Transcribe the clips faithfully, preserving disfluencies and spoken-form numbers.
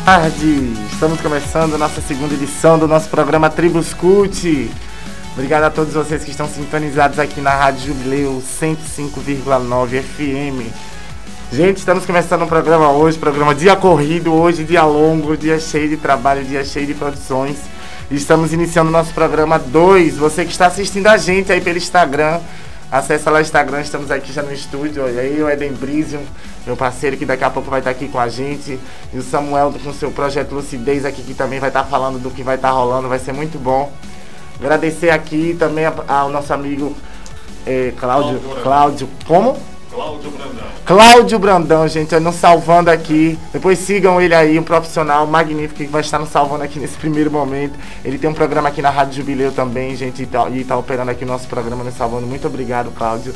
tarde! Estamos começando a nossa segunda edição do nosso programa Tribos Cult. Obrigado a todos vocês que estão sintonizados aqui na Rádio Jubileu cento e cinco vírgula nove F M. Gente, estamos começando um programa hoje, programa dia corrido, hoje dia longo, dia cheio de trabalho, dia cheio de produções. Estamos iniciando o nosso programa dois. Você que está assistindo a gente aí pelo Instagram, acessa lá o Instagram, estamos aqui já no estúdio. Olha aí o Eden Brizio, meu parceiro, que daqui a pouco vai estar aqui com a gente. E o Samuel com o seu projeto Lucidez aqui, que também vai estar falando do que vai estar rolando, vai ser muito bom. Agradecer aqui também ao nosso amigo é, Cláudio, Cláudio, como? Cláudio Brandão. Cláudio Brandão, gente, nos salvando aqui. Depois sigam ele aí, um profissional magnífico que vai estar nos salvando aqui nesse primeiro momento. Ele tem um programa aqui na Rádio Jubileu também, gente, e tá, e tá operando aqui o nosso programa, nos salvando. Muito obrigado, Cláudio.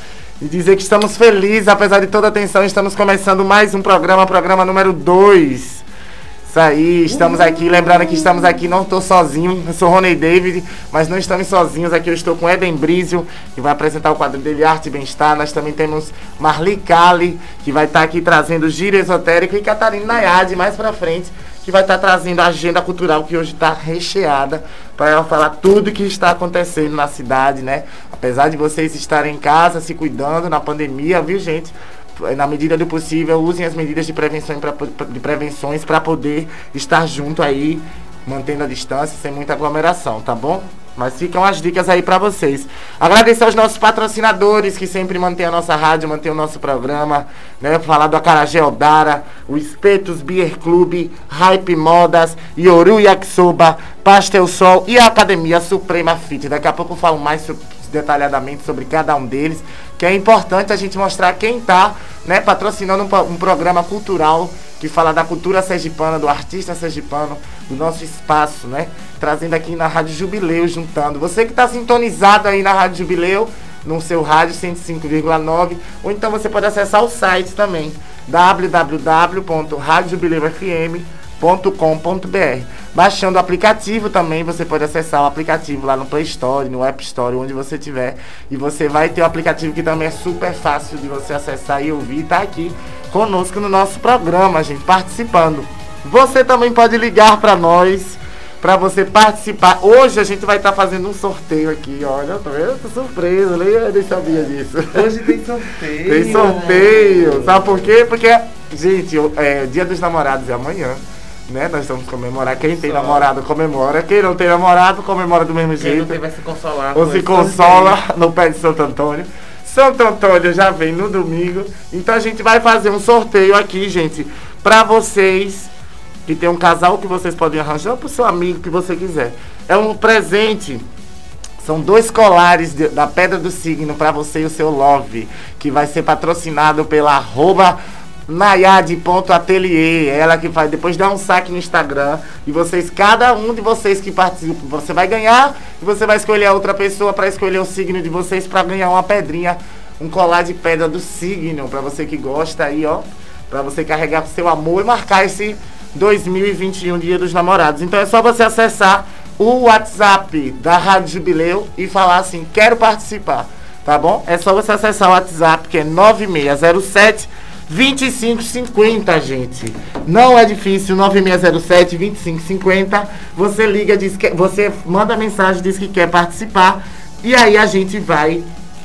E dizer que estamos felizes, apesar de toda a tensão, estamos começando mais um programa, programa número dois. Isso aí, estamos aqui, lembrando que estamos aqui, não estou sozinho, eu sou Rony David, mas não estamos sozinhos, aqui eu estou com Eden Brizio, que vai apresentar o quadro dele Arte e Bem-Estar. Nós também temos Marli Kali, que vai estar aqui trazendo Giro Esotérico, e Catarina Nayade, mais pra frente, que vai estar trazendo a agenda cultural, que hoje está recheada, para ela falar tudo que está acontecendo na cidade, né? Apesar de vocês estarem em casa, se cuidando na pandemia, viu, gente? Na medida do possível, usem as medidas de prevenção pra, de prevenções para poder estar junto aí, mantendo a distância, sem muita aglomeração, tá bom? Mas ficam as dicas aí para vocês. Agradecer aos nossos patrocinadores que sempre mantêm a nossa rádio, mantêm o nosso programa, né? Falar do Acarajé Odara, o Espetos Beer Club, Hype Modas, Yoru Yakisoba, Pastel Sol e a Academia Suprema Fit. Daqui a pouco eu falo mais sobre, detalhadamente sobre cada um deles, que é importante a gente mostrar quem está, né, patrocinando um, um programa cultural que fala da cultura sergipana, do artista sergipano, do nosso espaço, né? Trazendo aqui na Rádio Jubileu, juntando. Você que está sintonizado aí na Rádio Jubileu, no seu rádio cento e cinco vírgula nove, ou então você pode acessar o site também, w w w ponto rádio jubileu f m ponto com ponto b r. Baixando o aplicativo também, você pode acessar o aplicativo lá no Play Store, no App Store, onde você tiver. E você vai ter o aplicativo que também é super fácil de você acessar e ouvir. Tá aqui conosco no nosso programa, gente, participando. Você também pode ligar para nós, para você participar. Hoje a gente vai estar tá fazendo um sorteio aqui, olha, tá vendo? Tô surpresa, eu nem sabia disso. Hoje tem sorteio. Tem sorteio, sabe por quê? Porque, gente, é, Dia dos Namorados é amanhã, né? Nós vamos comemorar. Quem tem Só. namorado comemora, quem não tem namorado comemora do mesmo quem jeito. Quem não tem vai se consolar. Ou se consola no pé de Santo Antônio. Santo Antônio já vem no domingo. Então a gente vai fazer um sorteio aqui, gente, pra vocês que tem um casal que vocês podem arranjar, ou pro seu amigo que você quiser. É um presente. São dois colares de, da Pedra do Signo pra você e o seu love, que vai ser patrocinado pela arroba nayade ponto ateliê. Ela que vai depois dar um saque no Instagram. E vocês, cada um de vocês que participam, você vai ganhar. E você vai escolher a outra pessoa para escolher o signo de vocês, para ganhar uma pedrinha, um colar de pedra do signo, para você que gosta aí, ó, para você carregar com seu amor e marcar esse dois mil e vinte e um Dia dos Namorados. Então é só você acessar o WhatsApp da Rádio Jubileu e falar assim: quero participar, tá bom? É só você acessar o WhatsApp, que é nove seis zero sete, vinte e cinco cinquenta, gente. Não é difícil, nove seis zero sete, vinte e cinco cinquenta. Você liga, diz que, você manda mensagem, diz que quer participar, e aí a gente vai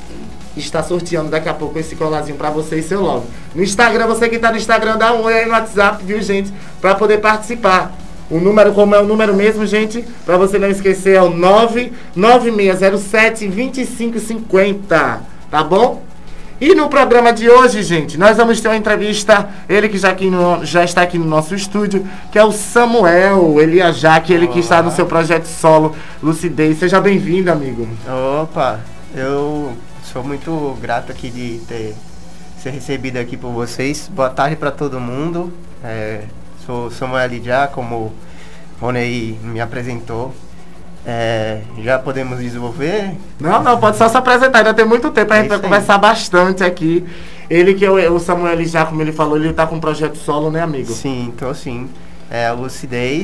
estar sorteando daqui a pouco esse colarzinho pra você e seu logo. No Instagram, você que tá no Instagram, dá um oi aí no WhatsApp, viu, gente? Pra poder participar. O número, como é o número mesmo, gente, pra você não esquecer, é o nove seis zero sete, vinte e cinco cinquenta, tá bom? E no programa de hoje, gente, nós vamos ter uma entrevista, ele que já, aqui no, já está aqui no nosso estúdio, que é o Samuel Elias Jaque, ele que está no seu projeto solo Lucidez. Seja bem-vindo, amigo. Opa, eu sou muito grato aqui de ter ser recebido aqui por vocês. Boa tarde para todo mundo. É, sou Samuel Elias Jaque, como o Rony me apresentou. É, já podemos desenvolver? Não, não, pode só se apresentar, ainda tem muito tempo, a gente é vai aí. conversar bastante aqui. Ele que é o, o Samuel já, como ele falou, ele tá com um projeto solo, né, amigo? Sim, então sim. É a Lucidez,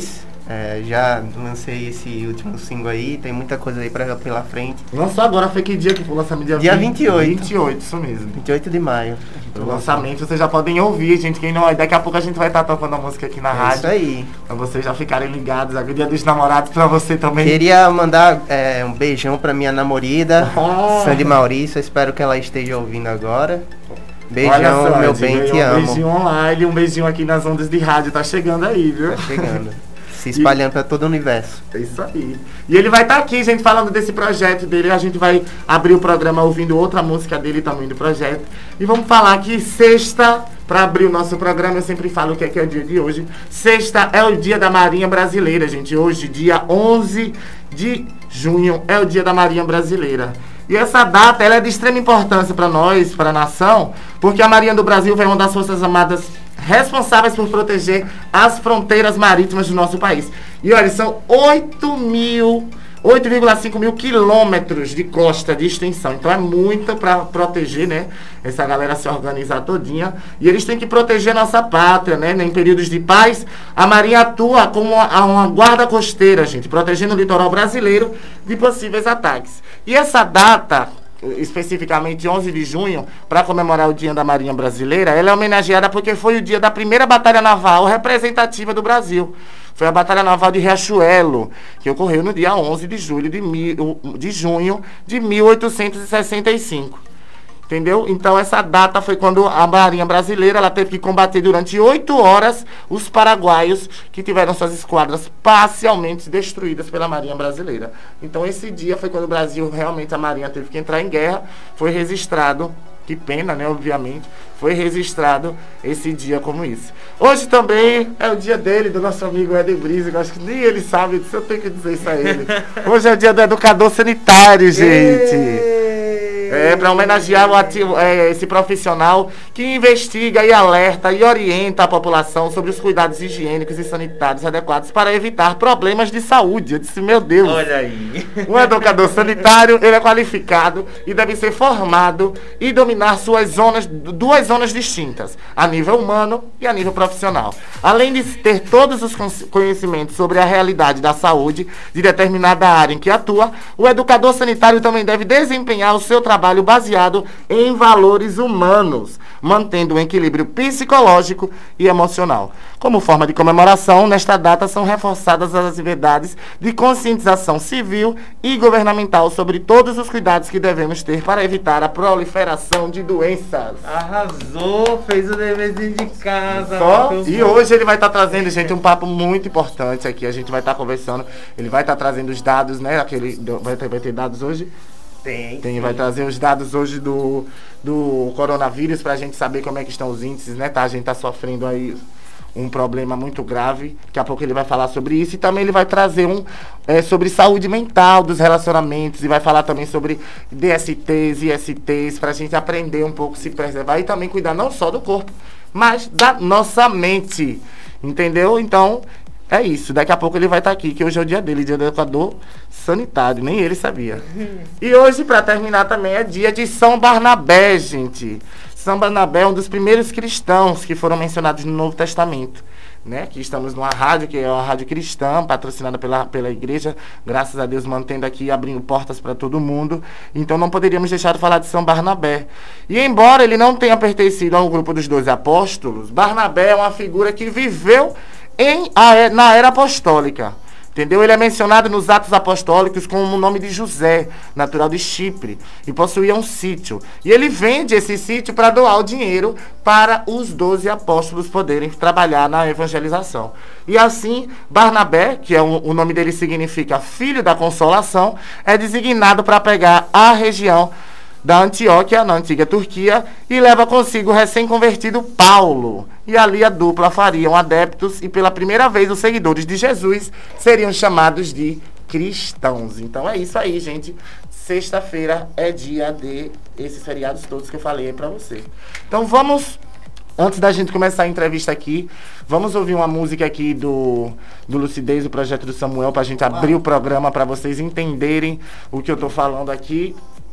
É, já lancei esse último single aí, tem muita coisa aí pra, pela frente. Lançou agora, foi que dia que foi o lançamento? Dia, Dia vinte e oito. vinte e oito, isso mesmo. vinte e oito de maio. O lançamento vocês já podem ouvir, gente. Quem não, daqui a pouco a gente vai estar tocando a música aqui na É rádio. isso aí. Pra vocês já ficarem ligados. Aqui, Dia dos Namorados pra você também. Queria mandar é, um beijão pra minha namorada, Ah. Sandy Maurício. Espero que ela esteja ouvindo agora. Olha Beijão, só, meu Ed, bem, te um amo. beijinho online, um beijinho aqui nas ondas de rádio. Tá chegando aí, viu? Tá chegando. Se espalhando pra todo o universo. É isso aí. E ele vai estar aqui, gente, falando desse projeto dele. A gente vai abrir o programa ouvindo outra música dele também do projeto. E vamos falar que sexta, para abrir o nosso programa, eu sempre falo que é, que é o dia de hoje. Sexta é o dia da Marinha Brasileira, gente. Hoje, dia onze de junho, é o dia da Marinha Brasileira. E essa data, ela é de extrema importância para nós, para a nação, porque a Marinha do Brasil foi uma das Forças Armadas responsáveis por proteger as fronteiras marítimas do nosso país. E olha, são oito mil, oito vírgula cinco mil quilômetros de costa de extensão. Então é muito para proteger, né? Essa galera se organizar todinha. E eles têm que proteger nossa pátria, né? Em períodos de paz, a Marinha atua como uma, uma guarda costeira, gente, protegendo o litoral brasileiro de possíveis ataques. E essa data, especificamente onze de junho, para comemorar o Dia da Marinha Brasileira, ela é homenageada porque foi o dia da primeira batalha naval representativa do Brasil. Foi a Batalha Naval de Riachuelo, que ocorreu no dia onze de julho de, mil, de junho de mil oitocentos e sessenta e cinco. Entendeu? Então essa data foi quando a Marinha Brasileira ela teve que combater durante oito horas os paraguaios que tiveram suas esquadras parcialmente destruídas pela Marinha Brasileira. Então esse dia foi quando o Brasil, realmente a Marinha teve que entrar em guerra, foi registrado, que pena, né, obviamente, foi registrado esse dia como isso. Hoje também é o dia dele, do nosso amigo Ed Brise, que eu acho que nem ele sabe, se eu tenho que dizer isso a ele. Hoje é o dia do educador sanitário, gente. É, para homenagear o ativo, é, esse profissional que investiga e alerta e orienta a população sobre os cuidados higiênicos e sanitários adequados para evitar problemas de saúde. Eu disse, meu Deus. Olha aí. Um educador sanitário, ele é qualificado e deve ser formado e dominar suas zonas, duas zonas distintas, a nível humano e a nível profissional. Além de ter todos os conhecimentos sobre a realidade da saúde de determinada área em que atua, o educador sanitário também deve desempenhar o seu trabalho trabalho baseado em valores humanos, mantendo o equilíbrio psicológico e emocional. Como forma de comemoração, nesta data são reforçadas as atividades de conscientização civil e governamental sobre todos os cuidados que devemos ter para evitar a proliferação de doenças. Arrasou, fez o deverzinho de casa. Só, e hoje ele vai estar tá trazendo, gente, um papo muito importante aqui. A gente vai estar tá conversando, ele vai estar tá trazendo os dados, né? Aquele, vai, ter, vai ter dados hoje? Tem, Tem, vai trazer os dados hoje do, do coronavírus para a gente saber como é que estão os índices, né? Tá? A gente está sofrendo aí um problema muito grave. Daqui a pouco ele vai falar sobre isso. E também ele vai trazer um é, sobre saúde mental dos relacionamentos. E vai falar também sobre D S Ts e I S Ts para a gente aprender um pouco, se preservar e também cuidar não só do corpo, mas da nossa mente. Entendeu? Então, é isso. Daqui a pouco ele vai estar aqui, que hoje é o dia dele, dia do educador sanitário. Nem ele sabia. E hoje, para terminar, também é dia de São Barnabé, gente. São Barnabé é um dos primeiros cristãos que foram mencionados no Novo Testamento. Né? Aqui estamos numa rádio, que é uma rádio cristã, patrocinada pela, pela igreja, graças a Deus mantendo aqui, abrindo portas para todo mundo. Então não poderíamos deixar de falar de São Barnabé. E embora ele não tenha pertencido ao grupo dos doze apóstolos, Barnabé é uma figura que viveu em, a, na era apostólica. Entendeu? Ele é mencionado nos Atos Apostólicos com o nome de José, natural de Chipre, e possuía um sítio. E ele vende esse sítio para doar o dinheiro para os doze apóstolos poderem trabalhar na evangelização. E assim, Barnabé, que é o, o nome dele significa filho da consolação, é designado para pegar a região da Antioquia, na antiga Turquia, e leva consigo o recém-convertido Paulo. E ali a dupla fariam adeptos e pela primeira vez os seguidores de Jesus seriam chamados de cristãos. Então é isso aí, gente. Sexta-feira é dia de esses feriados todos que eu falei aí pra você. Então vamos, antes da gente começar a entrevista aqui, vamos ouvir uma música aqui do, do Lucidez, o projeto do Samuel, pra gente abrir o programa, pra vocês entenderem o que eu tô falando aqui.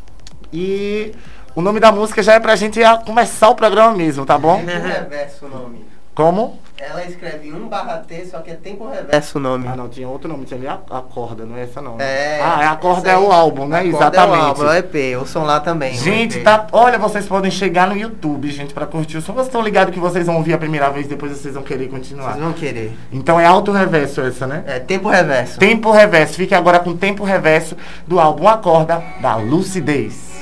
E o nome da música já é pra gente começar o programa mesmo, tá bom? Reverso o nome. Como? Ela escreve um barra T, só que é tempo reverso o nome. Ah, não, tinha outro nome, tinha ali a, a corda, não é essa não. Né? É, ah, a corda é aí, o álbum, né? Exatamente. É o álbum, é o E P, o som lá também. Gente, tá, olha, vocês podem chegar no YouTube, gente, pra curtir o som. Vocês estão ligados que vocês vão ouvir a primeira vez, depois vocês vão querer continuar. Vocês vão querer. Então é auto reverso essa, né? É, tempo reverso. Tempo reverso. Fique agora com tempo reverso do álbum Acorda, da Lucidez.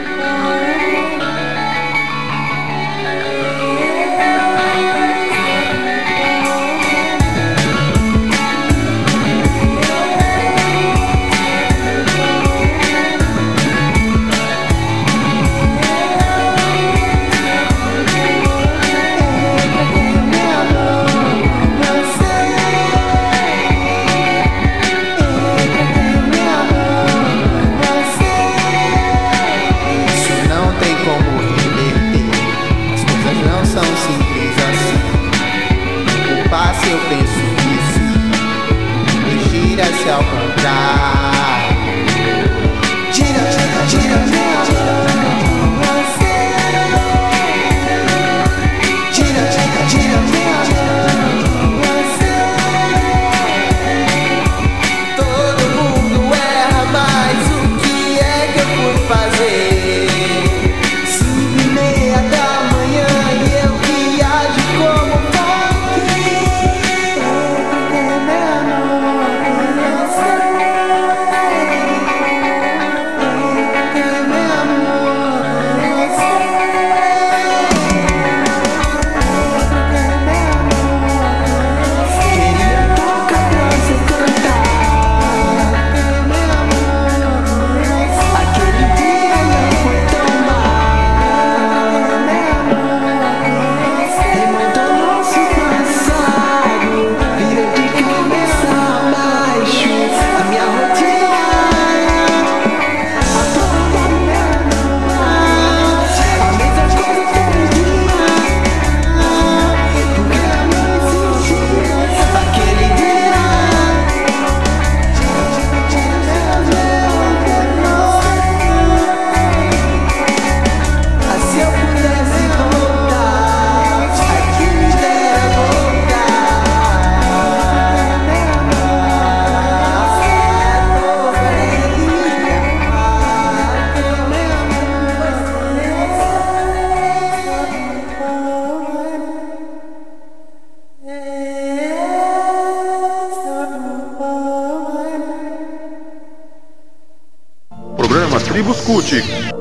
Programa Tribos Cult.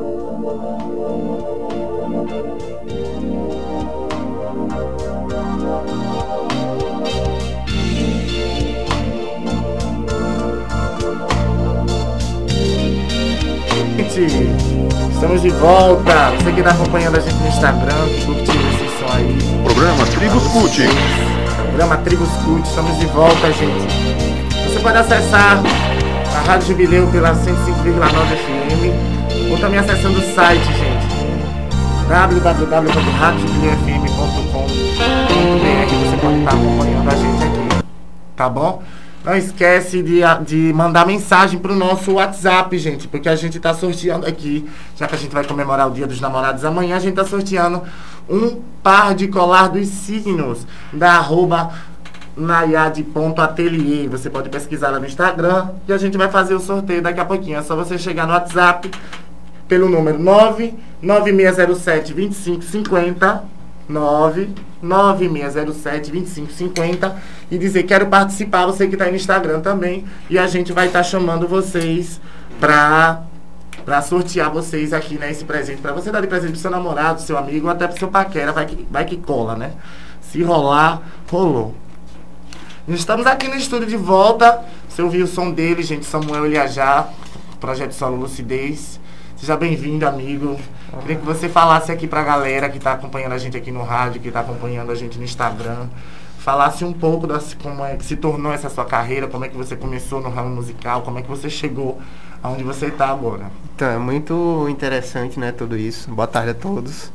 Estamos de volta. Você que está acompanhando a gente no Instagram, que curtiu esse som aí. Programa Tribos Cult. Programa Tribos Cult. Estamos de volta, gente. Você pode acessar a Rádio Jubileu pela cento e cinco vírgula nove F M ou também acessando o site, gente, w w w ponto rádio jubileu f m ponto com ponto b r. Você pode estar acompanhando a gente aqui, tá bom? Não esquece de, de mandar mensagem pro nosso WhatsApp, gente, porque a gente tá sorteando aqui, já que a gente vai comemorar o Dia dos Namorados amanhã, a gente tá sorteando um par de colar dos signos da arroba nayade ponto ateliê. Você pode pesquisar lá no Instagram e a gente vai fazer o sorteio daqui a pouquinho. É só você chegar no WhatsApp pelo número nove nove seis zero sete, dois cinco cinco zero nove nove seis zero sete, dois cinco cinco zero e dizer quero participar, você que está aí no Instagram também, e a gente vai estar tá chamando vocês para para sortear vocês aqui, né, esse presente, para você dar de presente pro seu namorado, seu amigo, ou até pro seu paquera, vai que, vai que cola, né? Se rolar, rolou. Estamos aqui no estúdio de volta. Você ouviu o som dele, gente, Samuel Eliajá, Projeto Solo Lucidez. Seja bem-vindo, amigo. Queria que você falasse aqui pra galera que tá acompanhando a gente aqui no rádio, que tá acompanhando a gente no Instagram. Falasse um pouco das, como é que se tornou essa sua carreira, como é que você começou no ramo musical, como é que você chegou aonde você tá agora. Então, é muito interessante, né, tudo isso. Boa tarde a todos.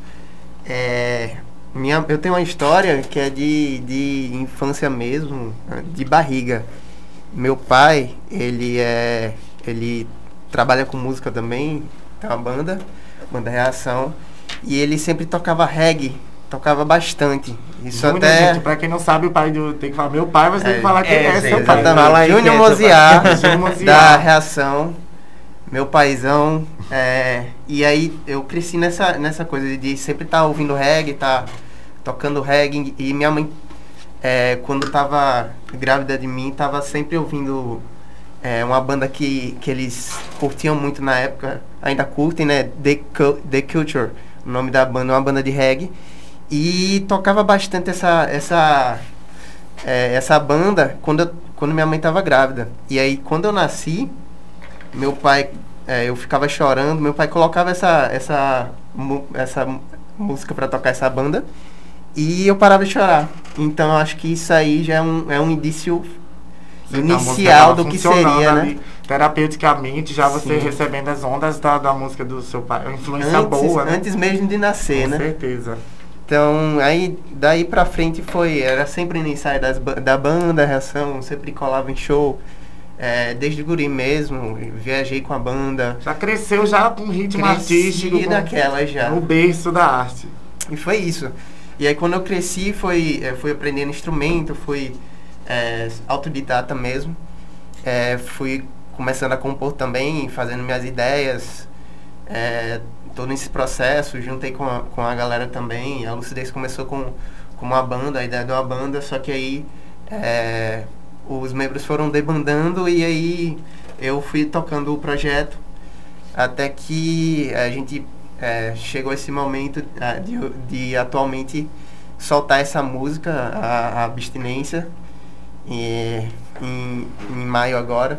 É... Minha, eu tenho uma história que é de, de infância mesmo, de barriga. Meu pai, ele é, ele trabalha com música também, tem uma banda, banda Reação, e ele sempre tocava reggae tocava bastante. Isso Júnior, até... gente, pra quem não sabe, o pai do... Tem que falar meu pai, mas tem que É, falar quem é, é, sim, seu pai. exatamente. Fala aí Júnior quem é seu Moziar, pai. Júnior Moziar. da Reação, meu paizão. É, e aí eu cresci nessa, nessa coisa de sempre estar ouvindo reggae, tá tocando reggae. E minha mãe, é, quando tava grávida de mim, tava sempre ouvindo é, uma banda que, que eles curtiam muito na época, ainda curtem, né? The, Cu- The Culture, o nome da banda, uma banda de reggae. E tocava bastante essa, essa, é, essa banda quando, eu, quando minha mãe estava grávida. E aí, quando eu nasci, meu pai, é, eu ficava chorando, meu pai colocava essa, essa, mu- essa música para tocar essa banda e eu parava de chorar. Então, eu acho que isso aí já é um, é um indício Então, a música inicial tava do que funcionando seria, né? ali, terapeuticamente, já você Sim. recebendo as ondas da, da música do seu pai. Uma influência Antes, boa, né? antes mesmo de nascer, Com né? certeza. Então, aí, daí pra frente foi, era sempre no ensaio das, ba- da banda, Reação, sempre colava em show, é, desde guri mesmo, viajei com a banda, Já cresceu já com um ritmo artístico, cresci com- daquela já, no berço da arte. e foi isso. E aí quando eu cresci, foi, é, fui aprendendo instrumento, fui é, autodidata mesmo, é, fui começando a compor também, fazendo minhas ideias, é, todo esse processo, juntei com a, com a galera também. A Lucidez começou com, com uma banda, a ideia de uma banda, só que aí é, os membros foram debandando e aí eu fui tocando o projeto até que a gente é, chegou esse momento é, de, de atualmente soltar essa música, a, a Abstinência, e, em, em maio agora,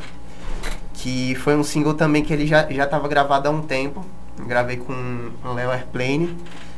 que foi um single também que ele já já estava gravado há um tempo. Gravei com o Léo Airplane,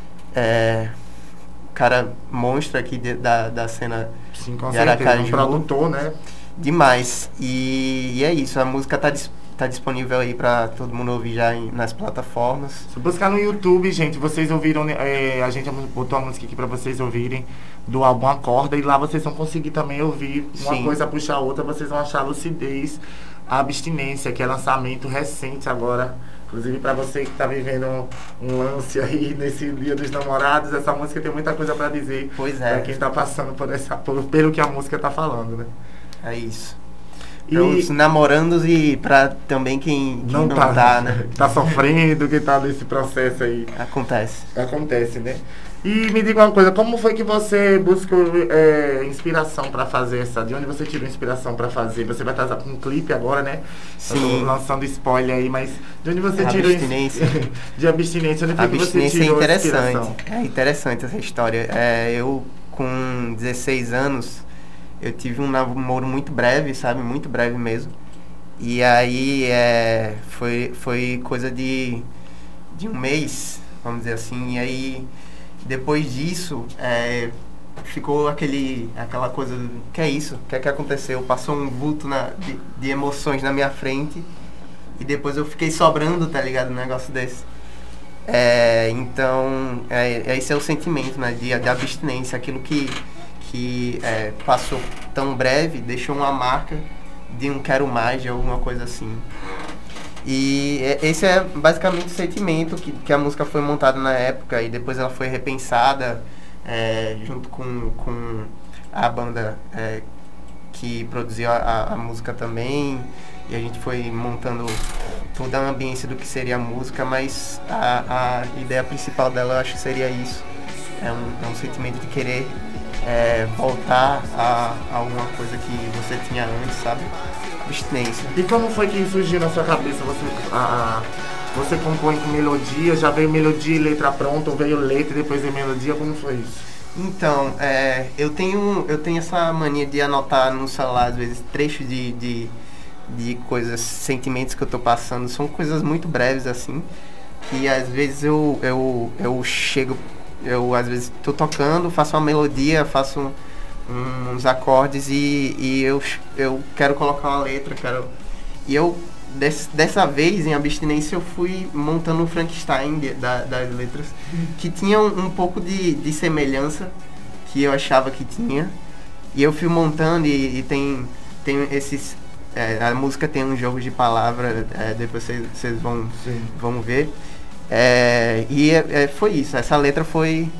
é, cara monstro aqui de, da, da cena Sim, com de certeza. Um Aracaju. produtor, né? Demais. E, e é isso, a música tá, dis, tá disponível aí pra todo mundo ouvir já em, nas plataformas. Se buscar no YouTube, gente, vocês ouviram, é, a gente botou a música aqui pra vocês ouvirem do álbum Acorda, e lá vocês vão conseguir também ouvir uma Sim. coisa puxa a outra, vocês vão achar Lucidez, a Abstinência, que é lançamento recente agora. Inclusive pra você que tá vivendo um, um lance aí nesse Dia dos Namorados, essa música tem muita coisa pra dizer. Pois é. Pra quem tá passando por essa, por, pelo que a música tá falando, né? É isso. E Para os namorandos e pra também quem, quem não, não, tá, tá, né? tá sofrendo, que tá nesse processo aí. Acontece. Acontece, né? E me diga uma coisa, como foi que você buscou é, inspiração pra fazer essa? De onde você tirou inspiração pra fazer? Você vai estar com um clipe agora, né? Sim. Eu tô lançando spoiler aí, mas de onde você tirou Abstinência. de abstinência, onde A foi que você abstinência é tirou a inspiração? interessante. É interessante essa história. É, eu, com dezesseis anos, eu tive um namoro muito breve, sabe? Muito breve mesmo. E aí é, foi, foi coisa de, de um mês, vamos dizer assim. E aí, depois disso, é, ficou aquele, aquela coisa, do, que é isso? O que é que aconteceu? Passou um vulto na, de, de emoções na minha frente. E depois eu fiquei sobrando, tá ligado? Um negócio desse. É, então, é, esse é o sentimento, né? De, de abstinência. Aquilo que, que é, passou tão breve, deixou uma marca de um quero mais, de alguma coisa assim. E é, esse é basicamente o sentimento que, que a música foi montada na época. E depois ela foi repensada é, junto com, com a banda é, que produziu a, a música também. E a gente foi montando toda a ambiência do que seria a música, mas a, a ideia principal dela eu acho que seria isso. É um, é um sentimento de querer é, voltar a, a alguma coisa que você tinha antes, sabe? Abstinência. E como foi que surgiu na sua cabeça? Você, a, a, você compõe com melodia, já veio melodia e letra pronta, ou veio letra e depois veio melodia, como foi isso? Então, é, eu, tenho, eu tenho essa mania de anotar no celular, às vezes, trechos de, de, de coisas, sentimentos que eu tô passando. São coisas muito breves, assim, e às vezes eu, eu, eu chego, eu às vezes tô tocando, faço uma melodia, faço um, uns acordes e, e eu, eu quero colocar uma letra, quero... E eu, des, dessa vez, em Abstinência, eu fui montando um Frankenstein de, da, das letras, que tinha um, um pouco de, de semelhança, que eu achava que tinha. E eu fui montando e, e tem, tem esses... É, a música tem um jogo de palavras, é, depois vocês vão, vão ver. É, e é, é, foi isso, essa letra foi,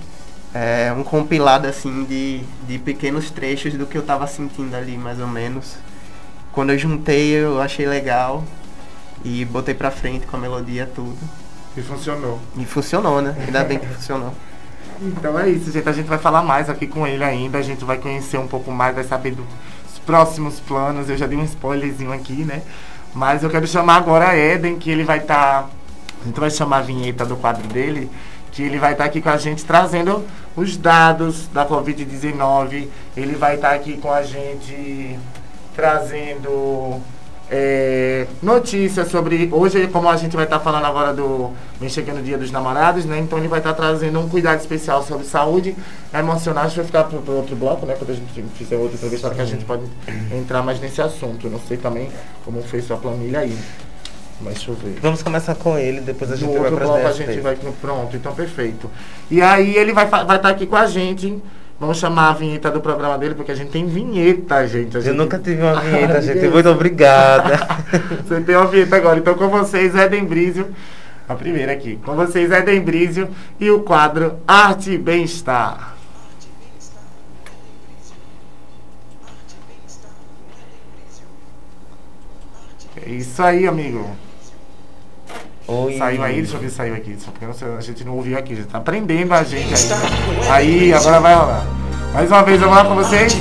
é, um compilado assim de, de pequenos trechos do que eu tava sentindo ali, mais ou menos. Quando eu juntei, eu achei legal e botei pra frente com a melodia, tudo. E funcionou. E funcionou, né? Ainda bem que funcionou. Então é isso, gente. A gente vai falar mais aqui com ele ainda. A gente vai conhecer um pouco mais, vai saber dos próximos planos. Eu já dei um spoilerzinho aqui, né? Mas eu quero chamar agora a Eden, que ele vai estar... Tá... A gente vai chamar a vinheta do quadro dele, que ele vai estar tá aqui com a gente trazendo os dados da covid dezenove. Ele vai estar tá aqui com a gente trazendo é, notícias sobre... Hoje, como a gente vai estar tá falando agora do... Vem chegando o Dia dos Namorados, né? Então ele vai estar tá trazendo um cuidado especial sobre saúde emocional. A gente vai ficar para o outro bloco, né? Quando a gente fizer outra entrevista, que a gente pode entrar mais nesse assunto. Eu não sei também como fez sua planilha aí. Mas deixa eu ver. Vamos começar com ele, depois a gente no vai outro para bloco a gente vai... Pronto, então perfeito. E aí ele vai estar vai tá aqui com a gente. Vamos chamar a vinheta do programa dele, porque a gente tem vinheta, gente. A gente... Eu nunca tive uma vinheta, gente. Muito obrigada. Você tem uma vinheta agora. Então com vocês, Eden Brizio. A primeira aqui. Com vocês, Eden Brizio e o quadro Arte e Bem-Estar. É isso aí, amigo. Oi. Saiu aí? Deixa eu ver se saiu aqui. Só porque não sei, a gente não ouviu aqui. A gente tá aprendendo a gente aí. Aí, agora vai rolar. Mais uma vez, vamos lá com vocês.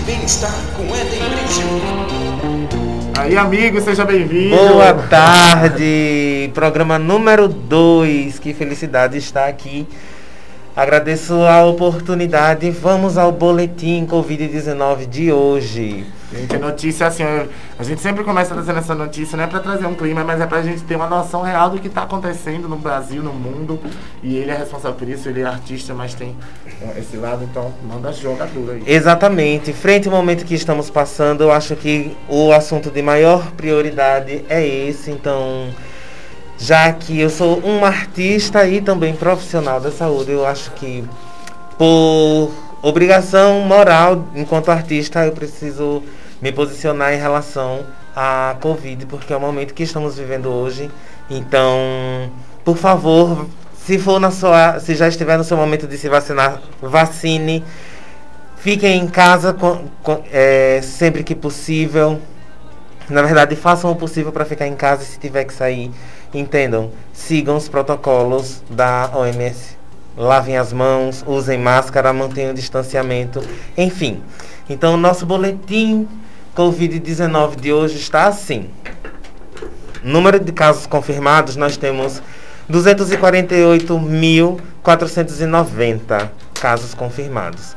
Aí, amigo, seja bem-vindo. Boa tarde. Programa número dois. Que felicidade estar aqui. Agradeço a oportunidade. Vamos ao boletim covid dezenove de hoje. Gente, notícia assim, a gente sempre começa trazendo essa notícia, não é pra trazer um clima, mas é pra gente ter uma noção real do que tá acontecendo no Brasil, no mundo. E ele é responsável por isso, ele é artista, mas tem esse lado, então manda jogador aí. Exatamente. Frente ao momento que estamos passando, eu acho que o assunto de maior prioridade é esse, então... Já que eu sou um artista e também profissional da saúde, eu acho que por obrigação moral, enquanto artista, eu preciso me posicionar em relação à Covid, porque é o momento que estamos vivendo hoje. Então, por favor, se for na sua, se já estiver no seu momento de se vacinar, vacine. Fiquem em casa com, com, é, sempre que possível. Na verdade, façam o possível para ficar em casa e se tiver que sair, entendam, sigam os protocolos da O M S. Lavem as mãos, usem máscara, mantenham o distanciamento, enfim. Então, o nosso boletim covid dezenove de hoje está assim. Número de casos confirmados, nós temos duzentos e quarenta e oito mil quatrocentos e noventa casos confirmados.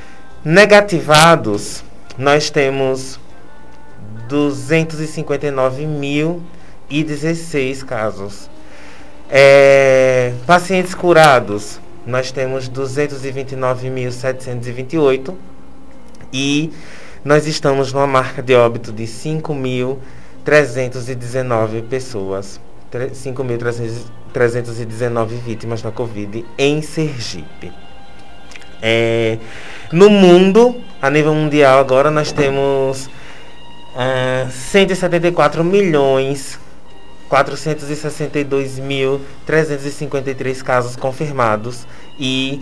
Negativados, nós temos duzentos e cinquenta e nove mil e dezesseis casos. É, pacientes curados, nós temos duzentos e vinte e nove mil setecentos e vinte e oito e nós estamos numa marca de óbito de cinco mil trezentos e dezenove pessoas, cinco mil trezentos e dezenove vítimas da Covid em Sergipe. É, no mundo, a nível mundial agora, nós temos uh, cento e setenta e quatro milhões quatrocentos e sessenta e dois mil trezentos e cinquenta e três casos confirmados e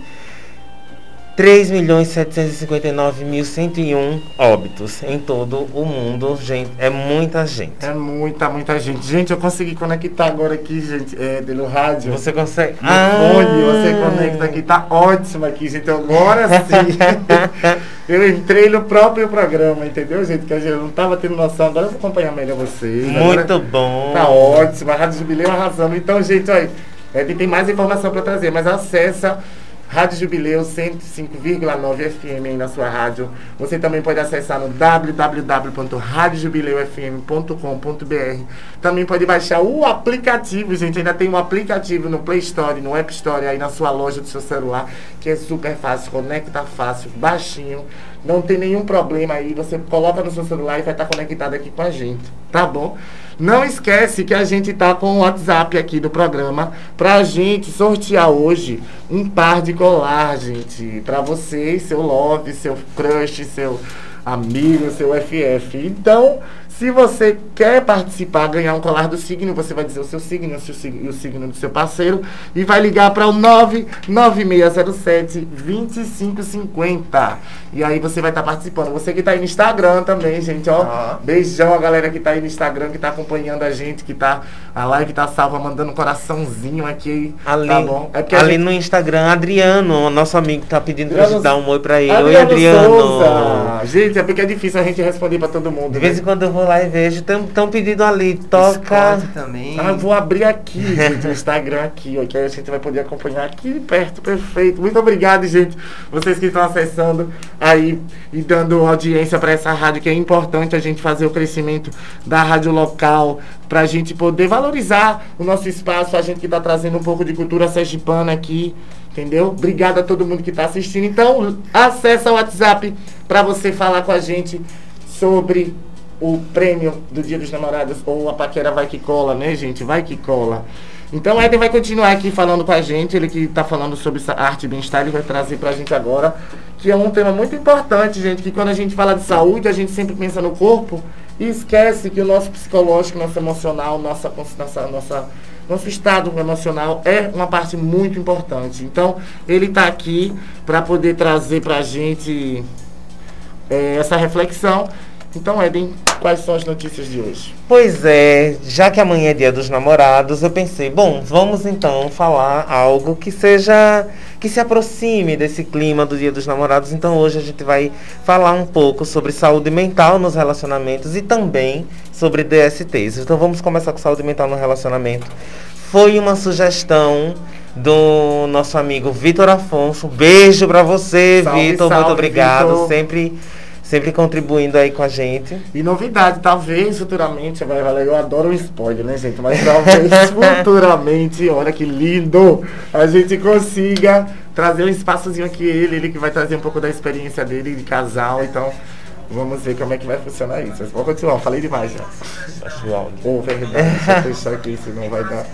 três milhões setecentos e cinquenta e nove mil cento e um óbitos em todo o mundo. Gente, é muita gente. É muita, muita gente. Gente, eu consegui conectar agora aqui, gente, é, pelo rádio. Você consegue? No ah. fone, você conecta aqui, tá ótimo aqui, gente. Agora sim. Eu entrei no próprio programa, entendeu, gente? Que a gente não tava tendo noção. Agora eu vou acompanhar melhor vocês. Muito agora bom. Tá ótimo. A Rádio Jubileu arrasando. Então, gente, olha, é, tem mais informação para trazer, mas acessa Rádio Jubileu cento e cinco vírgula nove F M aí na sua rádio. Você também pode acessar no w w w ponto rádio jubileu f m ponto com ponto b r. Também pode baixar o aplicativo, gente. Ainda tem um aplicativo no Play Store, no App Store, aí na sua loja do seu celular, que é super fácil, conecta fácil, baixinho. Não tem nenhum problema aí. Você coloca no seu celular e vai estar conectado aqui com a gente, tá bom? Não esquece que a gente tá com o WhatsApp aqui do programa pra gente sortear hoje um par de colar, gente. Pra você, seu love, seu crush, seu amigo, seu F F. Então, se você quer participar, ganhar um colar do signo, você vai dizer o seu signo, o seu signo e o signo do seu parceiro e vai ligar para o nove nove seis zero sete, dois cinco cinco zero. E aí você vai estar tá participando. Você que está aí no Instagram também, gente, ó. Ah. Beijão a galera que está aí no Instagram, que está acompanhando a gente, que tá a live tá salva, mandando um coraçãozinho aqui. Ali, tá bom? É ali gente... no Instagram, Adriano, nosso amigo, tá pedindo Adriano, pra gente dar um oi pra ele. Adriano Oi, Adriano. Souza. Gente, é porque é difícil a gente responder pra todo mundo. De vez em quando eu vou lá e vejo, estão pedindo ali, toca. Também. Ah, eu vou abrir aqui, gente, o Instagram aqui, ó, que aí a gente vai poder acompanhar aqui perto, perfeito. Muito obrigado, gente, vocês que estão acessando aí e dando audiência para essa rádio, que é importante a gente fazer o crescimento da rádio local, para a gente poder valorizar o nosso espaço, a gente que está trazendo um pouco de cultura sergipana aqui, entendeu? Obrigado a todo mundo que está assistindo. Então, acessa o WhatsApp para você falar com a gente sobre o prêmio do Dia dos Namorados, ou a paquera vai que cola, né, gente? Vai que cola. Então, Eden vai continuar aqui falando com a gente, ele que está falando sobre arte e bem-estar, ele vai trazer para a gente agora, que é um tema muito importante, gente, que quando a gente fala de saúde, a gente sempre pensa no corpo e esquece que o nosso psicológico, nosso emocional, nossa, nossa, nossa, nosso estado emocional é uma parte muito importante. Então, ele está aqui para poder trazer para a gente é, essa reflexão. Então, Eden, quais são as notícias de hoje? Pois é, já que amanhã é Dia dos Namorados, eu pensei, bom, vamos então falar algo que seja, que se aproxime desse clima do Dia dos Namorados. Então hoje a gente vai falar um pouco sobre saúde mental nos relacionamentos e também sobre D S Ts. Então vamos começar com saúde mental no relacionamento. Foi uma sugestão do nosso amigo Vitor Afonso. Beijo pra você, Vitor, muito obrigado, Vitor. sempre... Sempre contribuindo aí com a gente. E novidade, talvez futuramente, vai valer, eu adoro um spoiler, né, gente? Mas talvez futuramente, olha que lindo, a gente consiga trazer um espaçozinho aqui, ele, ele que vai trazer um pouco da experiência dele de casal, então vamos ver como é que vai funcionar isso. Mas vamos continuar, falei demais já. Baixo o áudio. Oh, verdade, deixa eu fechar aqui, senão vai dar...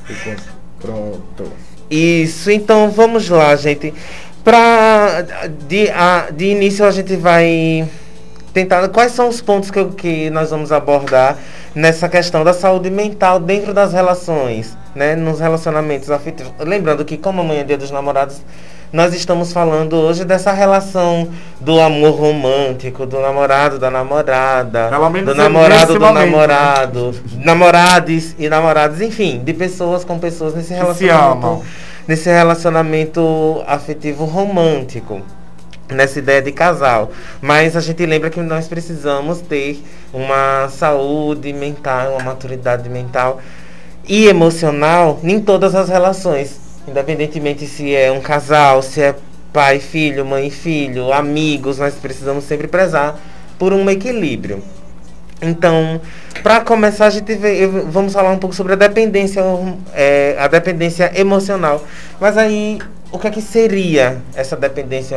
Pronto. Isso, então vamos lá, gente. Pra, de, a, de início a gente vai tentar... Quais são os pontos que, que nós vamos abordar nessa questão da saúde mental dentro das relações, né? Nos relacionamentos afetivos. Lembrando que, como amanhã é Dia dos Namorados, nós estamos falando hoje dessa relação do amor romântico, do namorado, da namorada, do namorado, do momento, namorado, né? Namorados e namorados, enfim, de pessoas com pessoas nesse relacionamento, nesse relacionamento afetivo romântico, nessa ideia de casal. Mas a gente lembra que nós precisamos ter uma saúde mental, uma maturidade mental e emocional em todas as relações. Independentemente se é um casal, se é pai, filho, mãe, filho, amigos, nós precisamos sempre prezar por um equilíbrio. Então, para começar, a gente vê, vamos falar um pouco sobre a dependência, é, a dependência emocional. Mas aí, o que é que seria essa dependência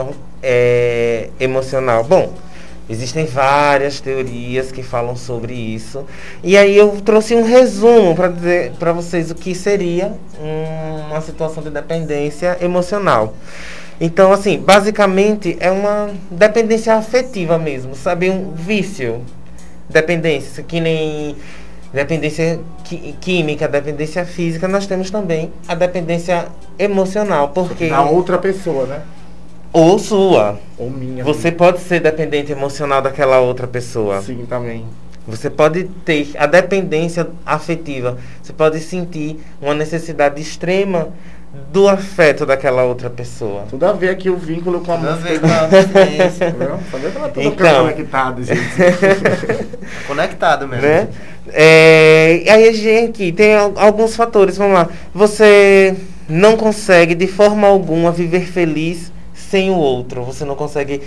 é, emocional? Bom, existem várias teorias que falam sobre isso. E aí eu trouxe um resumo para dizer para vocês o que seria um, uma situação de dependência emocional. Então, assim, basicamente é uma dependência afetiva mesmo, sabe? Um vício. Dependência, que nem dependência qui- química, dependência física, nós temos também a dependência emocional, porque... Da outra pessoa, né? Ou sua. Ou minha. Você minha. pode ser dependente emocional daquela outra pessoa. Sim, também. Você pode ter a dependência afetiva. Você pode sentir uma necessidade extrema do afeto daquela outra pessoa. Tudo a ver aqui o vínculo com a Tudo a música. ver com a música. Só vê que ela tudo Então. conectado, gente. Conectado mesmo. Né? É, e aí a gente tem al- alguns fatores, vamos lá. Você não consegue de forma alguma viver feliz sem o outro. Você não consegue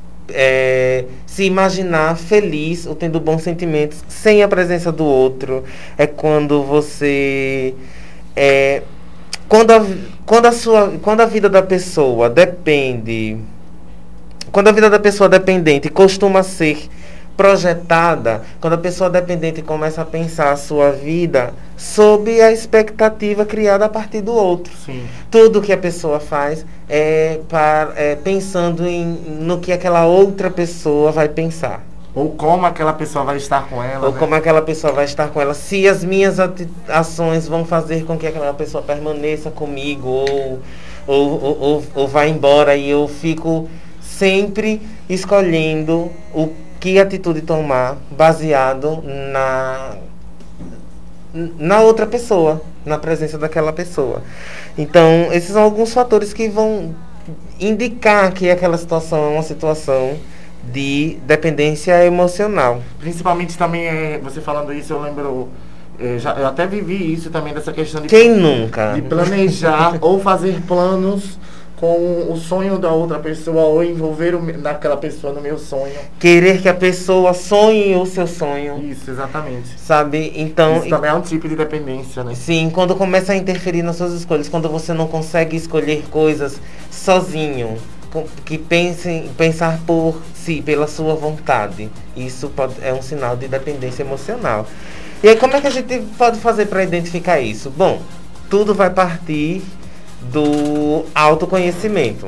é, se imaginar feliz ou tendo bons sentimentos sem a presença do outro. É quando você... É, quando, a, quando, a sua, quando a vida da pessoa depende... Quando a vida da pessoa dependente costuma ser projetada, quando a pessoa dependente começa a pensar a sua vida sob a expectativa criada a partir do outro. Sim. Tudo que a pessoa faz é, para, é pensando em, no que aquela outra pessoa vai pensar. Ou como aquela pessoa vai estar com ela. Ou né? como aquela pessoa vai estar com ela. Se as minhas ati- ações vão fazer com que aquela pessoa permaneça comigo ou, ou, ou, ou, ou vá embora, e eu fico sempre escolhendo o que atitude tomar baseado na, na outra pessoa, na presença daquela pessoa. Então, esses são alguns fatores que vão indicar que aquela situação é uma situação de dependência emocional. Principalmente também, é, você falando isso, eu lembro, é, já, eu até vivi isso também, dessa questão de, Quem nunca? de planejar ou fazer planos com o sonho da outra pessoa, ou envolver o, me- naquela pessoa no meu sonho. Querer que a pessoa sonhe o seu sonho, Isso, exatamente. sabe? Então, Isso também é um tipo de dependência, né? sim, quando começa a interferir nas suas escolhas, quando você não consegue escolher coisas sozinho, com- que pensem, pensar por si, pela sua vontade, isso pode, é um sinal de dependência emocional. E aí, como é que a gente pode fazer para identificar isso? Bom, tudo vai partir do autoconhecimento.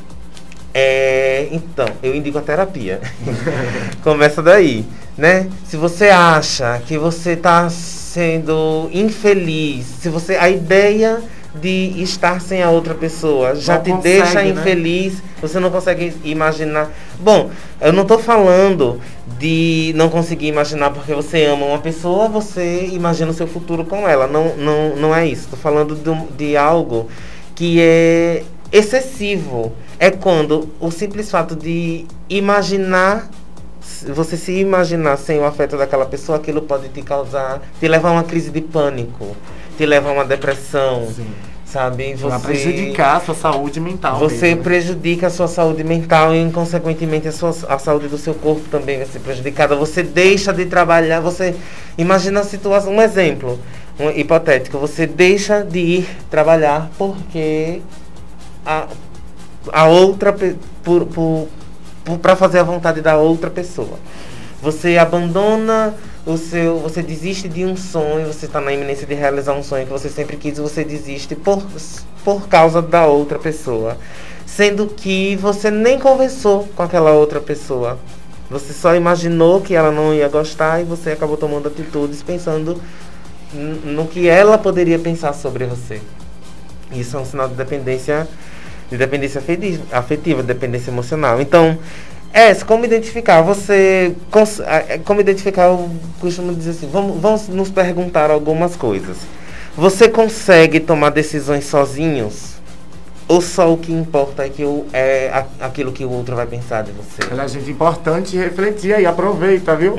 É, então, eu indico a terapia. Começa daí, né? Se você acha que você está sendo infeliz, se você a ideia de estar sem a outra pessoa já Não te consegue, deixa né? infeliz, você não consegue imaginar. Bom, eu não estou falando de não conseguir imaginar porque você ama uma pessoa, você imagina o seu futuro com ela. Não, não, não é isso. Estou falando de, de algo que é excessivo. É quando o simples fato de imaginar, você se imaginar sem o afeto daquela pessoa, aquilo pode te causar, te levar a uma crise de pânico, te levar a uma depressão, Sim. sabe? Você Vai prejudicar a sua saúde mental. você mesmo, né? prejudica a sua saúde mental e, consequentemente, a, sua, a saúde do seu corpo também vai ser prejudicada. Você deixa de trabalhar, você... Imagina a situação, um exemplo um hipotético. Você deixa de ir trabalhar porque a, a outra... pe- por, por, por, para fazer a vontade da outra pessoa. Você abandona o seu... Você desiste de um sonho, você está na iminência de realizar um sonho que você sempre quis, e você desiste por, por causa da outra pessoa. Sendo que você nem conversou com aquela outra pessoa. Você só imaginou que ela não ia gostar e você acabou tomando atitudes pensando n- no que ela poderia pensar sobre você. Isso é um sinal de dependência, de dependência afetiva, afetiva, dependência emocional. Então, é, como identificar? Você, cons- é, como identificar, eu costumo dizer assim, vamos, vamos nos perguntar algumas coisas. Você consegue tomar decisões sozinhos? Ou só o que importa é, que o, é a- aquilo que o outro vai pensar de você? Olha, gente, importante refletir aí, aproveita, viu?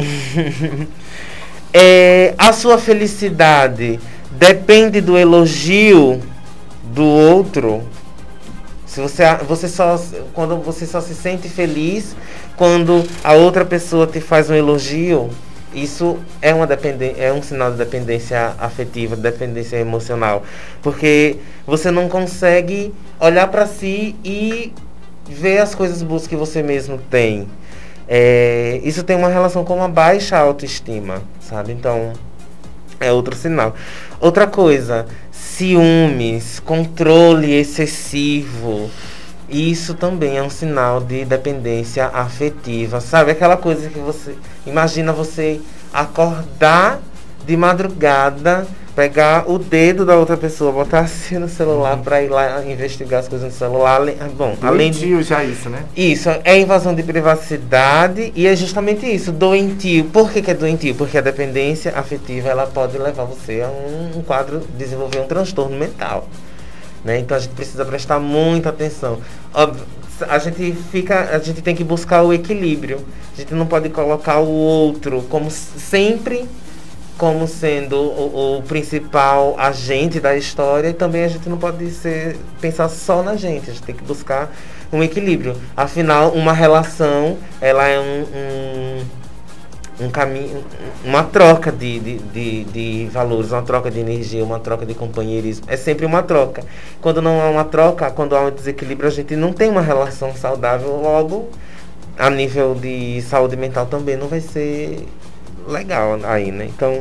É, a sua felicidade depende do elogio do outro? Se você, você só, quando você só se sente feliz quando a outra pessoa te faz um elogio, isso é, uma dependen- é um sinal de dependência afetiva, de dependência emocional. Porque você não consegue olhar para si e ver as coisas boas que você mesmo tem. É, isso tem uma relação com uma baixa autoestima, sabe? Então, é outro sinal. Outra coisa, ciúmes, controle excessivo. Isso também é um sinal de dependência afetiva. Sabe aquela coisa que você... Imagina você acordar de madrugada, pegar o dedo da outra pessoa, botar assim no celular para ir lá investigar as coisas no celular. Ale- Bom, além de... Doentio já isso, né? Isso, é invasão de privacidade e é justamente isso, doentio. Por que, que é doentio? Porque a dependência afetiva, ela pode levar você a um, um quadro, desenvolver um transtorno mental, né? Então a gente precisa prestar muita atenção. Óbvio, a gente fica, a gente tem que buscar o equilíbrio. A gente não pode colocar o outro como s- sempre como sendo o, o principal agente da história, e também a gente não pode ser, pensar só na gente, a gente tem que buscar um equilíbrio. Afinal, uma relação, ela é um, um, um caminho, uma troca de, de, de, de valores, uma troca de energia, uma troca de companheirismo. É sempre uma troca. Quando não há uma troca, quando há um desequilíbrio, a gente não tem uma relação saudável, logo a nível de saúde mental também não vai ser legal aí, né? Então,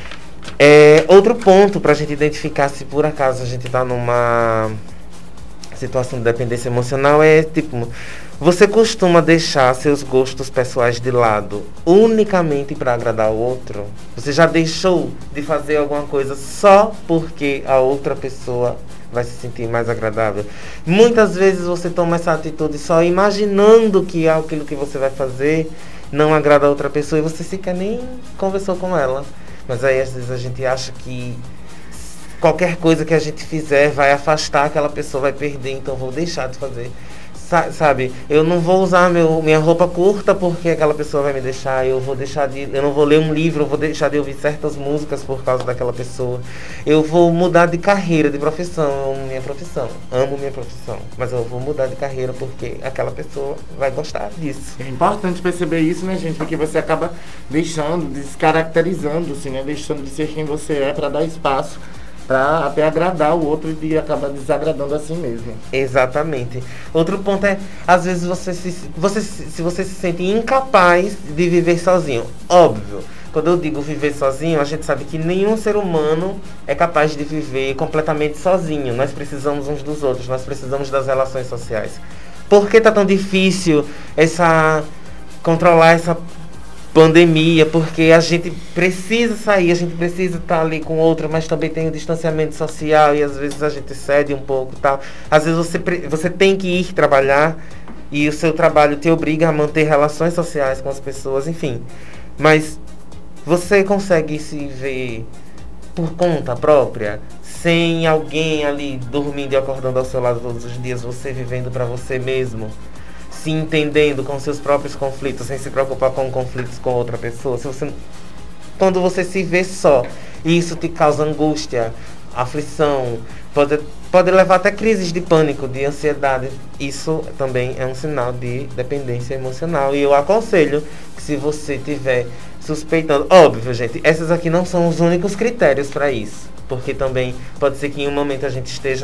é, outro ponto pra gente identificar se por acaso a gente tá numa situação de dependência emocional é, tipo, você costuma deixar seus gostos pessoais de lado unicamente para agradar o outro? Você já deixou de fazer alguma coisa só porque a outra pessoa vai se sentir mais agradável? Muitas vezes você toma essa atitude só imaginando que aquilo que você vai fazer não agrada a outra pessoa e você sequer nem conversou com ela. Mas aí às vezes a gente acha que qualquer coisa que a gente fizer vai afastar aquela pessoa, vai perder, então vou deixar de fazer. Sa- Sabe, eu não vou usar meu, minha roupa curta porque aquela pessoa vai me deixar, eu vou deixar de, eu não vou ler um livro, eu vou deixar de ouvir certas músicas por causa daquela pessoa. Eu vou mudar de carreira, de profissão, eu amo minha profissão, amo minha profissão, mas eu vou mudar de carreira porque aquela pessoa vai gostar disso. É importante perceber isso, né, gente? Porque você acaba deixando, descaracterizando, assim, né? Deixando de ser quem você é para dar espaço para até agradar o outro e acabar desagradando assim mesmo. Exatamente. Outro ponto é, às vezes você se, você, se se você se sente incapaz de viver sozinho. Óbvio, quando eu digo viver sozinho, a gente sabe que nenhum ser humano é capaz de viver completamente sozinho. Nós precisamos uns dos outros, nós precisamos das relações sociais. Por que tá tão difícil essa controlar essa pandemia? Porque a gente precisa sair, a gente precisa estar ali com outro, mas também tem o distanciamento social e às vezes a gente cede um pouco e tal. Às vezes você, pre- você tem que ir trabalhar e o seu trabalho te obriga a manter relações sociais com as pessoas, enfim. Mas você consegue se ver por conta própria, sem alguém ali dormindo e acordando ao seu lado todos os dias, você vivendo para você mesmo, se entendendo com seus próprios conflitos, sem se preocupar com conflitos com outra pessoa. Se você, quando você se vê só, e isso te causa angústia, aflição, pode, pode levar até crises de pânico, de ansiedade. Isso também é um sinal de dependência emocional. E eu aconselho que, se você tiver suspeitando, óbvio, gente, esses aqui não são os únicos critérios para isso, porque também pode ser que em um momento a gente esteja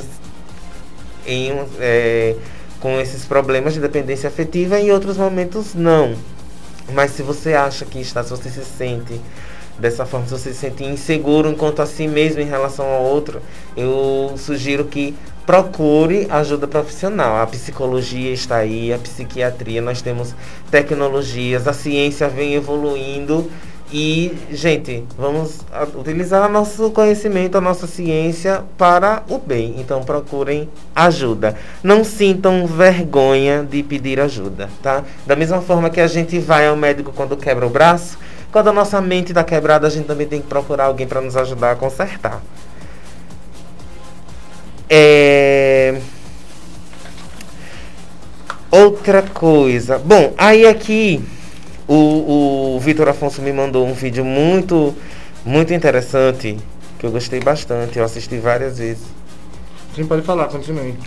em um, é, com esses problemas de dependência afetiva e em outros momentos não. Mas se você acha que está, se você se sente dessa forma, se você se sente inseguro enquanto a si mesmo em relação ao outro, eu sugiro que procure ajuda profissional. A psicologia está aí, a psiquiatria, nós temos tecnologias, a ciência vem evoluindo. E, gente, vamos utilizar nosso conhecimento, a nossa ciência para o bem. Então procurem ajuda. Não sintam vergonha de pedir ajuda, tá? Da mesma forma que a gente vai ao médico quando quebra o braço, quando a nossa mente está quebrada, a gente também tem que procurar alguém para nos ajudar a consertar. É... Outra coisa. Bom, aí aqui O, o Vitor Afonso me mandou um vídeo muito, muito interessante, que eu gostei bastante, eu assisti várias vezes. Sim, pode falar, continue.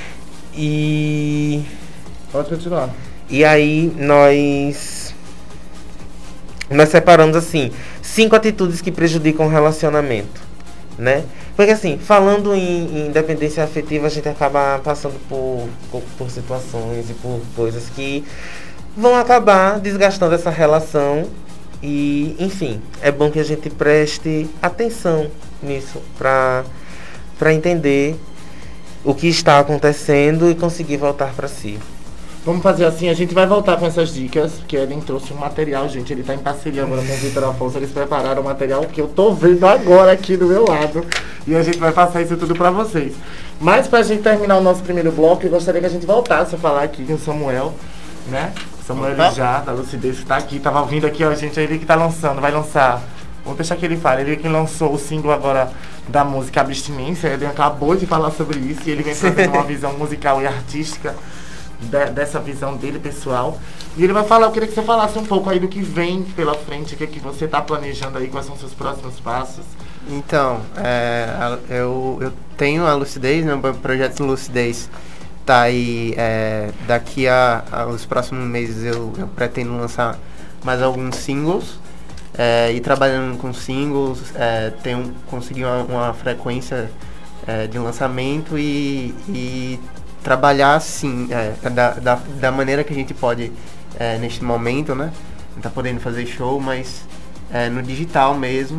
E... Pode continuar. E aí nós... Nós separamos assim, cinco atitudes que prejudicam o relacionamento, né? Porque assim, falando em, em dependência afetiva, a gente acaba passando por, por, por situações e por coisas que vão acabar desgastando essa relação e, enfim, é bom que a gente preste atenção nisso para para entender o que está acontecendo e conseguir voltar para si. Vamos fazer assim, a gente vai voltar com essas dicas, porque ele trouxe um material, gente, ele tá em parceria agora com o Vitor Afonso, eles prepararam um material que eu tô vendo agora aqui do meu lado, e a gente vai passar isso tudo pra vocês. Mas pra gente terminar o nosso primeiro bloco, eu gostaria que a gente voltasse a falar aqui com o Samuel, né? Samuel já, da Lucidez, que tá aqui, tava ouvindo aqui, ó, gente, ele que tá lançando, vai lançar, vou deixar que ele fale, ele que lançou o single agora da música Abstinência, ele acabou de falar sobre isso, e ele vem trazendo uma visão musical e artística de, dessa visão dele, pessoal, e ele vai falar, eu queria que você falasse um pouco aí do que vem pela frente, o que, é que você tá planejando aí, quais são os seus próximos passos. Então, é, eu, eu tenho a Lucidez, né, o projeto Lucidez tá aí, é, daqui a, aos próximos meses eu, eu pretendo lançar mais alguns singles, é, e trabalhando com singles, é, tenho, consegui uma, uma frequência é, de lançamento e, e trabalhar assim, é, da, da, da maneira que a gente pode é, neste momento, né? Não tá podendo fazer show, mas é, no digital mesmo.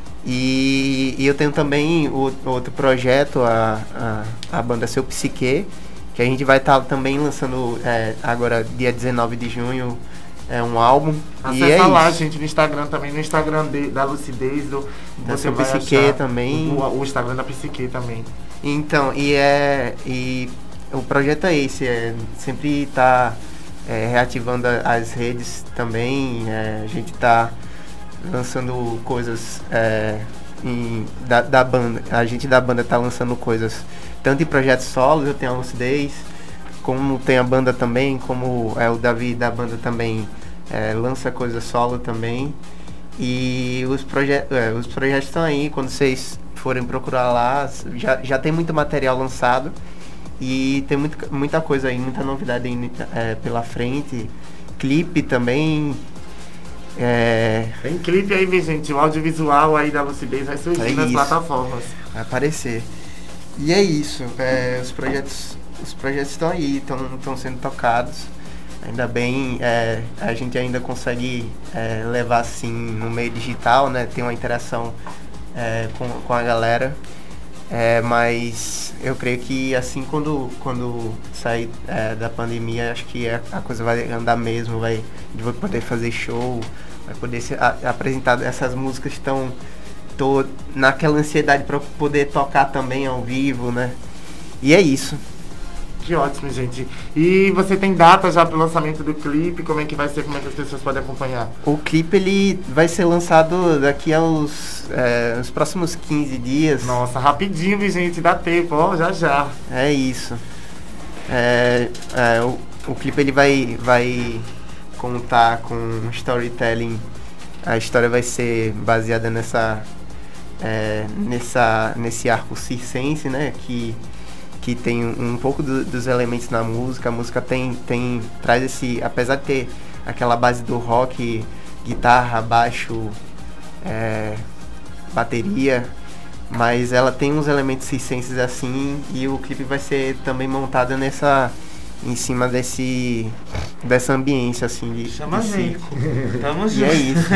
E, e eu tenho também o, outro projeto, a, a, a banda Seu Psique, que a gente vai estar tá também lançando é, agora, dia dezenove de junho, é um álbum. Acessa e é lá, isso. gente, no Instagram também, no Instagram de, da Lucidez, do, Da você Seu vai Psique achar também. O, o Instagram da Psique também. Então, e é. E o projeto é esse, é sempre tá é, reativando a- as redes também. É, a gente tá lançando coisas é, em- da, da banda. A gente da banda tá lançando coisas tanto em projetos solos, eu tenho a Lucidez, como tem a banda também, como é o Davi da banda também é, lança coisa solo também. E os, proje é, os projetos estão aí, quando vocês forem procurar lá, já, já tem muito material lançado e tem muito, muita coisa aí, muita novidade aí, é, pela frente. Clipe também. É, Tem clipe aí, minha gente, o audiovisual aí da Lucidez vai surgir É nas isso. plataformas. vai aparecer. E é isso, é, os projetos os projetos estão aí, estão sendo tocados. Ainda bem, é, a gente ainda consegue é, levar assim no meio digital, né? Tem uma interação é, com, com a galera. É, mas eu creio que assim quando, quando sair é, da pandemia, acho que a, a coisa vai andar mesmo, vai, a gente vai poder fazer show, vai poder ser, a, apresentar essas músicas que estão tô naquela ansiedade para poder tocar também ao vivo, né? E é isso. Que ótimo, gente. E você tem data já pro lançamento do clipe? Como é que vai ser? Como é que as pessoas podem acompanhar? O clipe ele vai ser lançado daqui aos é, os próximos quinze dias. Nossa, rapidinho, viu, gente? Dá tempo, ó, já já. É isso. É, é, o, o clipe ele vai, vai contar com storytelling. A história vai ser baseada nessa, é, nessa nesse arco circense, né? Que, que tem um, um pouco do, dos elementos na música. A música tem, tem traz esse, apesar de ter aquela base do rock, guitarra, baixo, é, bateria, mas ela tem uns elementos circenses assim, e o clipe vai ser também montado nessa em cima desse dessa ambiência assim de, Chama a de gente. circo. Tamo E junto. é isso.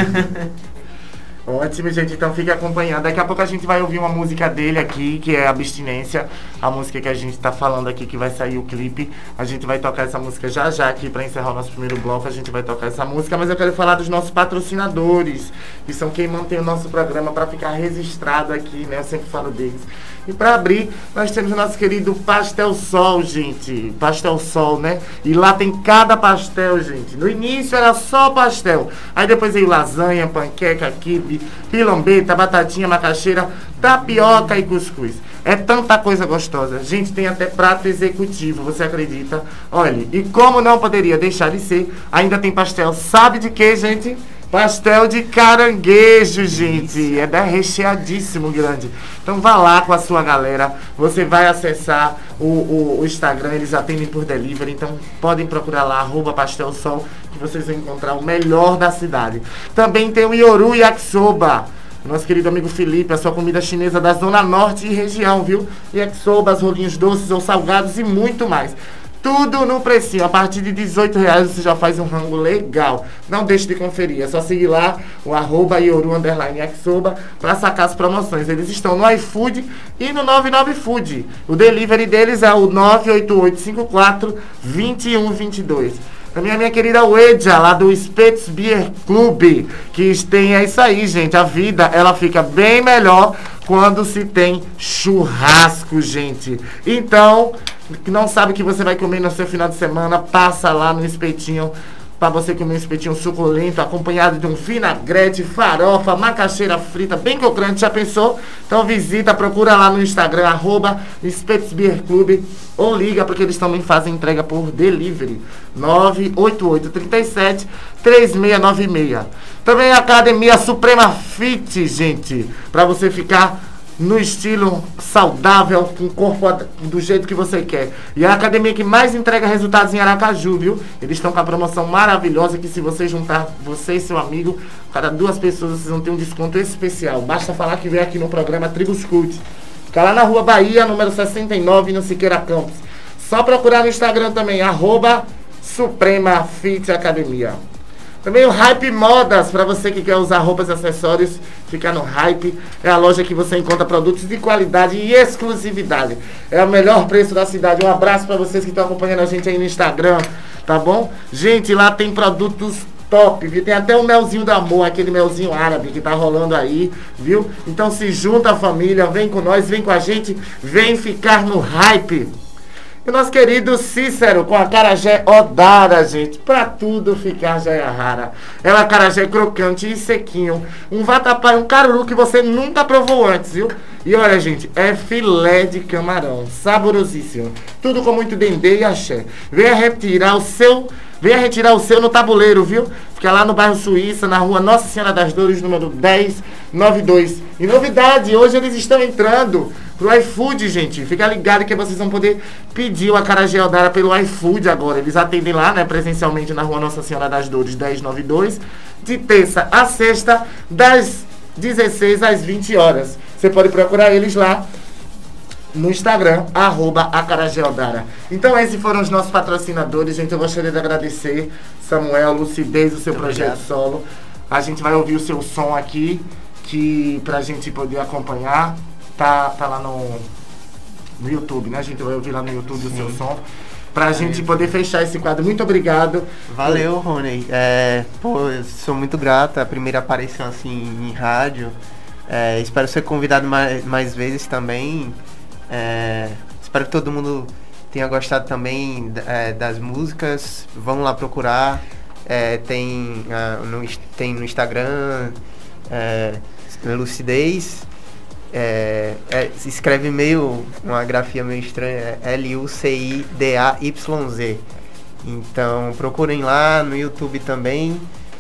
Ótimo, gente. Então fique acompanhando. Daqui a pouco a gente vai ouvir uma música dele aqui, que é Abstinência. A música que a gente tá falando aqui, que vai sair o clipe. A gente vai tocar essa música já já aqui pra encerrar o nosso primeiro bloco. A gente vai tocar essa música, mas eu quero falar dos nossos patrocinadores, que são quem mantém o nosso programa pra ficar registrado aqui, né? Eu sempre falo deles. E para abrir, nós temos o nosso querido Pastel Sol, gente. Pastel Sol, né? E lá tem cada pastel, gente. No início era só pastel. Aí depois veio lasanha, panqueca, quibe, pilambeta, batatinha, macaxeira, tapioca e cuscuz. É tanta coisa gostosa. Gente, tem até prato executivo, você acredita? Olha, e como não poderia deixar de ser, ainda tem pastel. Sabe de quê, gente? Pastel de caranguejo, gente. É da recheadíssimo grande. Então vá lá com a sua galera. Você vai acessar o, o, o Instagram, eles atendem por delivery. Então podem procurar lá, arroba Pastel Sol, que vocês vão encontrar o melhor da cidade. Também tem o Yoru Yakisoba. Nosso querido amigo Felipe, a sua comida chinesa da Zona Norte e região, viu? Yakisobas, rolinhos doces ou salgados e muito mais. Tudo no precinho. A partir de dezoito reais você já faz um rango legal. Não deixe de conferir. É só seguir lá o arroba Yoru underline Yakisoba para sacar as promoções. Eles estão no iFood e no noventa e nove Food. O delivery deles é o nove oito oito cinco quatro dois um dois dois. Também a minha querida Uedja, lá do Spets Beer Club, que tem, é isso aí, gente. A vida, ela fica bem melhor quando se tem churrasco, gente. Então, que não sabe o que você vai comer no seu final de semana, passa lá no espetinho para você comer um espetinho suculento, acompanhado de um vinagrete, farofa, macaxeira frita, bem crocante, já pensou? Então visita, procura lá no Instagram, arroba Spets Beer Club, ou liga, porque eles também fazem entrega por delivery, nove oito oito três sete três seis nove seis. Também a Academia Suprema Fit, gente, para você ficar no estilo saudável, com o corpo do jeito que você quer. E é a academia que mais entrega resultados em Aracaju, viu? Eles estão com a promoção maravilhosa, que se você juntar você e seu amigo, cada duas pessoas vocês vão ter um desconto especial. Basta falar que veio aqui no programa Tribos Cult. Fica lá na Rua Bahia, número sessenta e nove, no Siqueira Campos. Só procurar no Instagram também, arroba Suprema Fit Academia. Também o Hype Modas, para você que quer usar roupas e acessórios, ficar no Hype. É a loja que você encontra produtos de qualidade e exclusividade. É o melhor preço da cidade. Um abraço para vocês que estão acompanhando a gente aí no Instagram, tá bom? Gente, lá tem produtos top, viu? Tem até o melzinho do amor, aquele melzinho árabe que tá rolando aí, viu? Então se junta a família, vem com nós, vem com a gente, vem ficar no Hype. E o nosso querido Cícero com a acarajé Odara, gente. Pra tudo ficar joia rara. É um acarajé crocante e sequinho. Um vatapá, um caruru que você nunca provou antes, viu? E olha, gente, é filé de camarão. Saborosíssimo. Tudo com muito dendê e axé. Venha retirar o seu... Venha retirar o seu no tabuleiro, viu? Fica lá no bairro Suíça, na rua Nossa Senhora das Dores, número dez noventa e dois. E novidade, hoje eles estão entrando pro iFood, gente. Fica ligado que vocês vão poder pedir o acarajé Odara pelo iFood agora. Eles atendem lá, né, presencialmente na rua Nossa Senhora das Dores, dez noventa e dois, de terça a sexta, das dezesseis às vinte horas. Você pode procurar eles lá no Instagram, arroba acarajé Odara. Então esses foram os nossos patrocinadores, gente. Eu gostaria de agradecer, Samuel, lucidez, o seu Muito projeto obrigado. solo. A gente vai ouvir o seu som aqui, que pra gente poder acompanhar, tá, tá lá no, no YouTube, né? A gente vai ouvir lá no YouTube o seu som, pra É gente isso. poder fechar esse quadro. Muito obrigado. Valeu, Rony. É, pô, eu sou muito grato. A primeira aparição assim em rádio. É, espero ser convidado mais, mais vezes também. É, espero que todo mundo tenha gostado também é, das músicas. Vamos lá procurar. É, tem, ah, no, tem no Instagram, é, Lucidez. É, é, se escreve meio, uma grafia meio estranha, é L U C I D A Y Z. Então procurem lá no YouTube também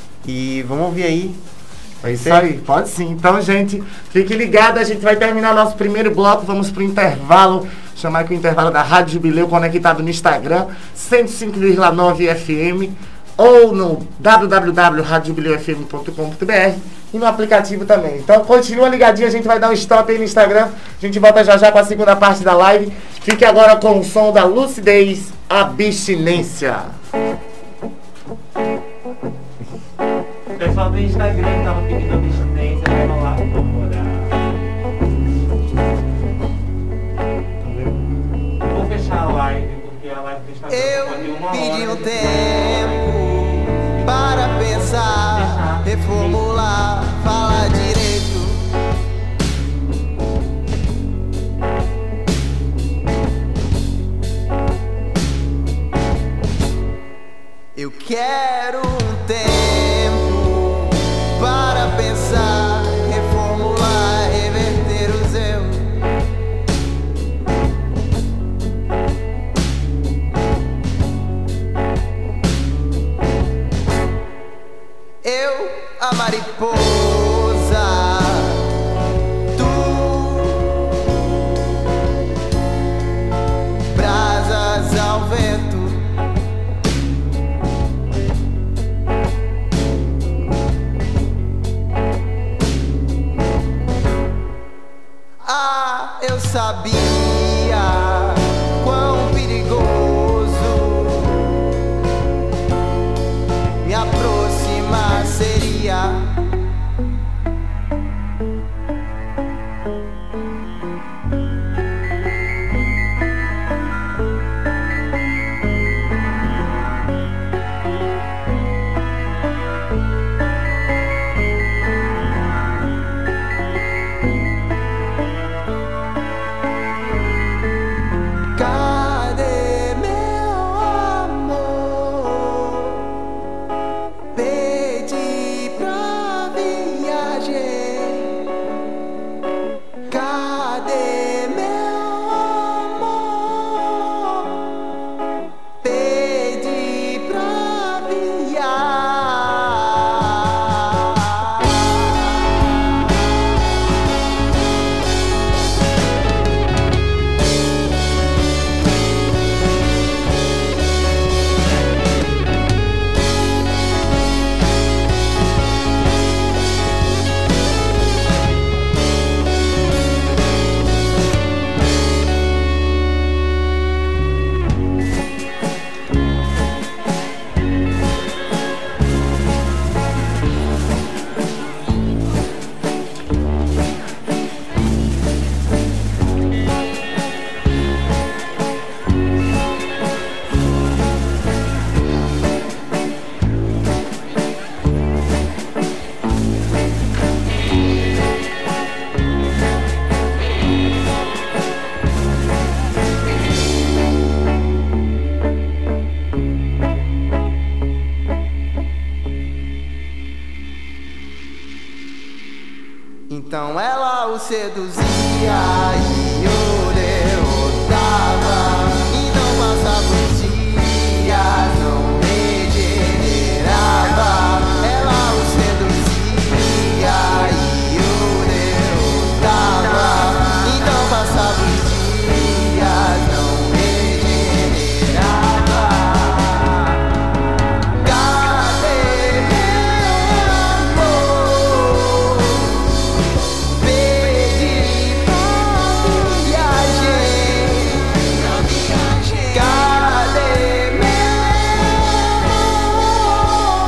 e vamos ouvir aí. É isso aí, pode sim. Então, gente, fique ligado, a gente vai terminar nosso primeiro bloco, vamos pro intervalo, chamar aqui o intervalo da Rádio Jubileu, conectado no Instagram, cento e cinco vírgula nove F M, ou no w w w ponto rádio jubileu f m ponto com ponto b r e no aplicativo também. Então, continua ligadinho, a gente vai dar um stop aí no Instagram, a gente volta já já com a segunda parte da live. Fique agora com o som da Lucidez, Abstinência. O pessoal do Instagram tava pedindo abstinência, vai rolar agora. Vou fechar a live, porque a live do Instagram Eu pode ir uma hora. pedi um de- tempo para pensar, reformular, falar direito. Eu quero um tempo para pensar, reformular, reverter os erros. Eu, a mariposa, tu, brasas ao vento. Ah, eu sabia quão perigoso me aproximar seria. Cadê meu amor? Pedi pra viajar. Cadê meu amor? Pedi pra viajar. Então ela o seduzia e o derrotava. E não passava os dias, não regenerava. Ela o seduzia e o derrotava. E não passava os dias, não regenerava. Cadê meu amor? Pedi pra viagem. Cadê meu amor?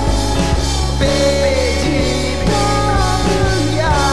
Pedi pra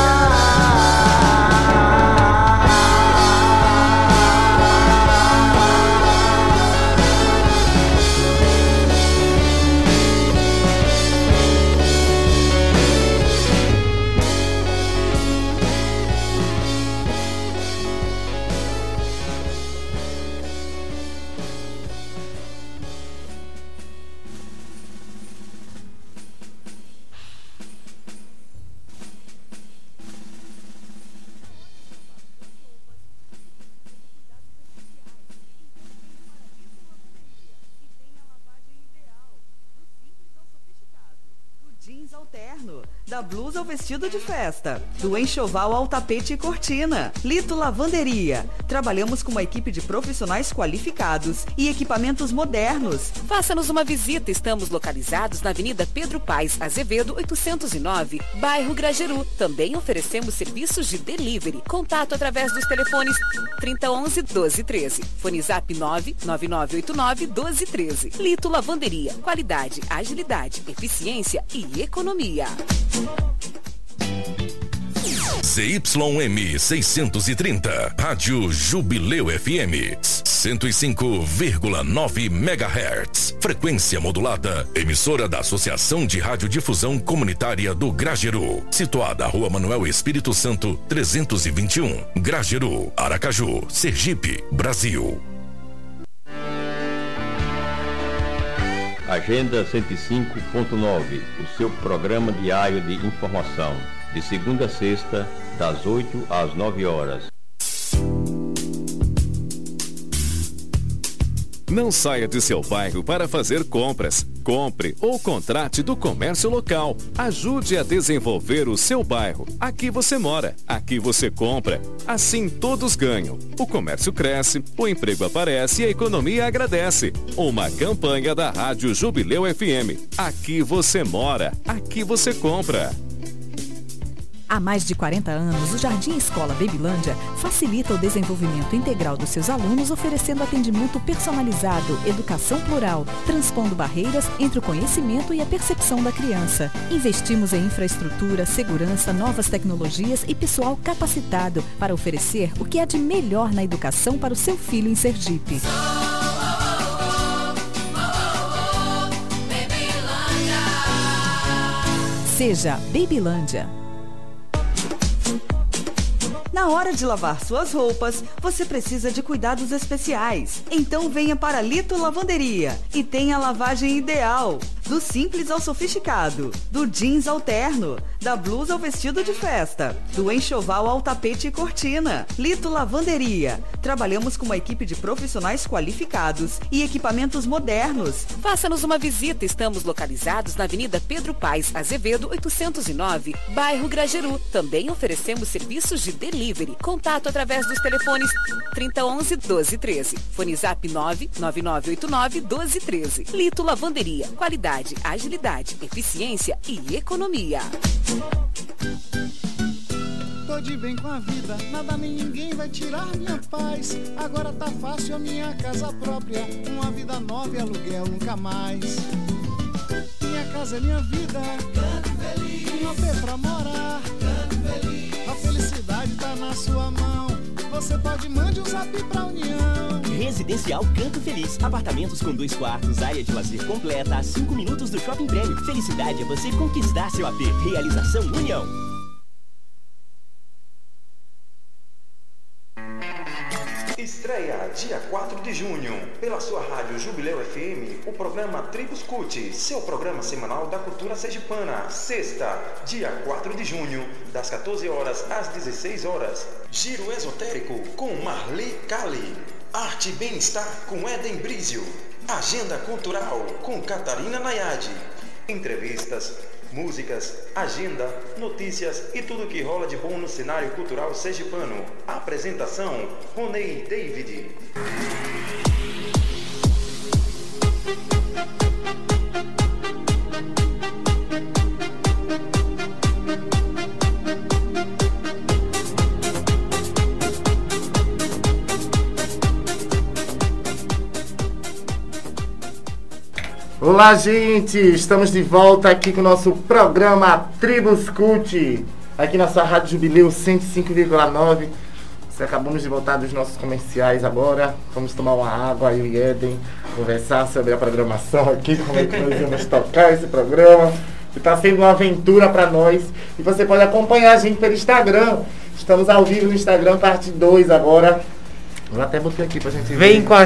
Jeans ao terno, da blusa ao vestido de festa, do enxoval ao tapete e cortina. Lito Lavanderia. Trabalhamos com uma equipe de profissionais qualificados e equipamentos modernos. Faça-nos uma visita. Estamos localizados na Avenida Pedro Paes Azevedo, oitocentos e nove, bairro Grajeru. Também oferecemos serviços de delivery. Contato através dos telefones trinta onze, doze, treze. Fone Zap nove nove nove oito nove, doze, treze. Lito Lavanderia. Qualidade, agilidade, eficiência e economia. C Y M seiscentos e trinta, Rádio Jubileu F M, cento e cinco vírgula nove megahertz, frequência modulada, emissora da Associação de Radiodifusão Comunitária do Grajeru, situada à Rua Manuel Espírito Santo, trezentos e vinte e um, Grajeru, Aracaju, Sergipe, Brasil. Agenda cento e cinco ponto nove, o seu programa diário de informação, de segunda a sexta, das oito às nove horas. Não saia de seu bairro para fazer compras. Compre ou contrate do comércio local. Ajude a desenvolver o seu bairro. Aqui você mora, aqui você compra. Assim todos ganham. O comércio cresce, o emprego aparece e a economia agradece. Uma campanha da Rádio Jubileu F M. Aqui você mora, aqui você compra. Há mais de quarenta anos, o Jardim Escola Babilândia facilita o desenvolvimento integral dos seus alunos, oferecendo atendimento personalizado, educação plural, transpondo barreiras entre o conhecimento e a percepção da criança. Investimos em infraestrutura, segurança, novas tecnologias e pessoal capacitado para oferecer o que há de melhor na educação para o seu filho em Sergipe. Seja Babilândia. Na hora de lavar suas roupas, você precisa de cuidados especiais. Então venha para Lito Lavanderia e tenha a lavagem ideal. Do simples ao sofisticado, do jeans ao terno, da blusa ao vestido de festa, do enxoval ao tapete e cortina. Lito Lavanderia. Trabalhamos com uma equipe de profissionais qualificados e equipamentos modernos. Faça-nos uma visita. Estamos localizados na Avenida Pedro Paes Azevedo, oitocentos e nove, bairro Grajeru. Também oferecemos serviços de delivery. Contato através dos telefones trinta onze, doze, treze. Fone Zap nove nove nove oito nove, doze, treze. Lito Lavanderia. Qualidade, agilidade, eficiência e economia. Tô de bem com a vida, nada nem ninguém vai tirar minha paz. Agora tá fácil a minha casa própria, uma vida nova e aluguel nunca mais. Minha casa é minha vida, canto feliz. Um A P pra morar, canto feliz. A felicidade tá na sua mão, você pode mande um zap pra União. Residencial Canto Feliz. Apartamentos com dois quartos, área de lazer completa a cinco minutos do Shopping Prêmio. Felicidade é você conquistar seu A P. Realização União. Estreia dia quatro de junho, pela sua rádio Jubileu F M, o programa Tribos Cult, seu programa semanal da cultura sergipana. Sexta, dia quatro de junho, das quatorze horas às dezesseis horas. Giro Esotérico com Marli Kali. Arte e Bem-Estar com Eden Brizio. Agenda Cultural com Catarina Nayade. Entrevistas, músicas, agenda, notícias e tudo que rola de bom no cenário cultural sergipano. Apresentação, Ronei David. Olá, gente! Estamos de volta aqui com o nosso programa Tribos Cult, aqui na sua Rádio Jubileu cento e cinco vírgula nove. Você acabamos de voltar dos nossos comerciais agora. Vamos tomar uma água, eu e Eden, conversar sobre a programação aqui, como é que nós vamos tocar esse programa. Está sendo uma aventura para nós. E você pode acompanhar a gente pelo Instagram. Estamos ao vivo no Instagram, parte dois agora. Eu até botei aqui pra gente ver. Vem com a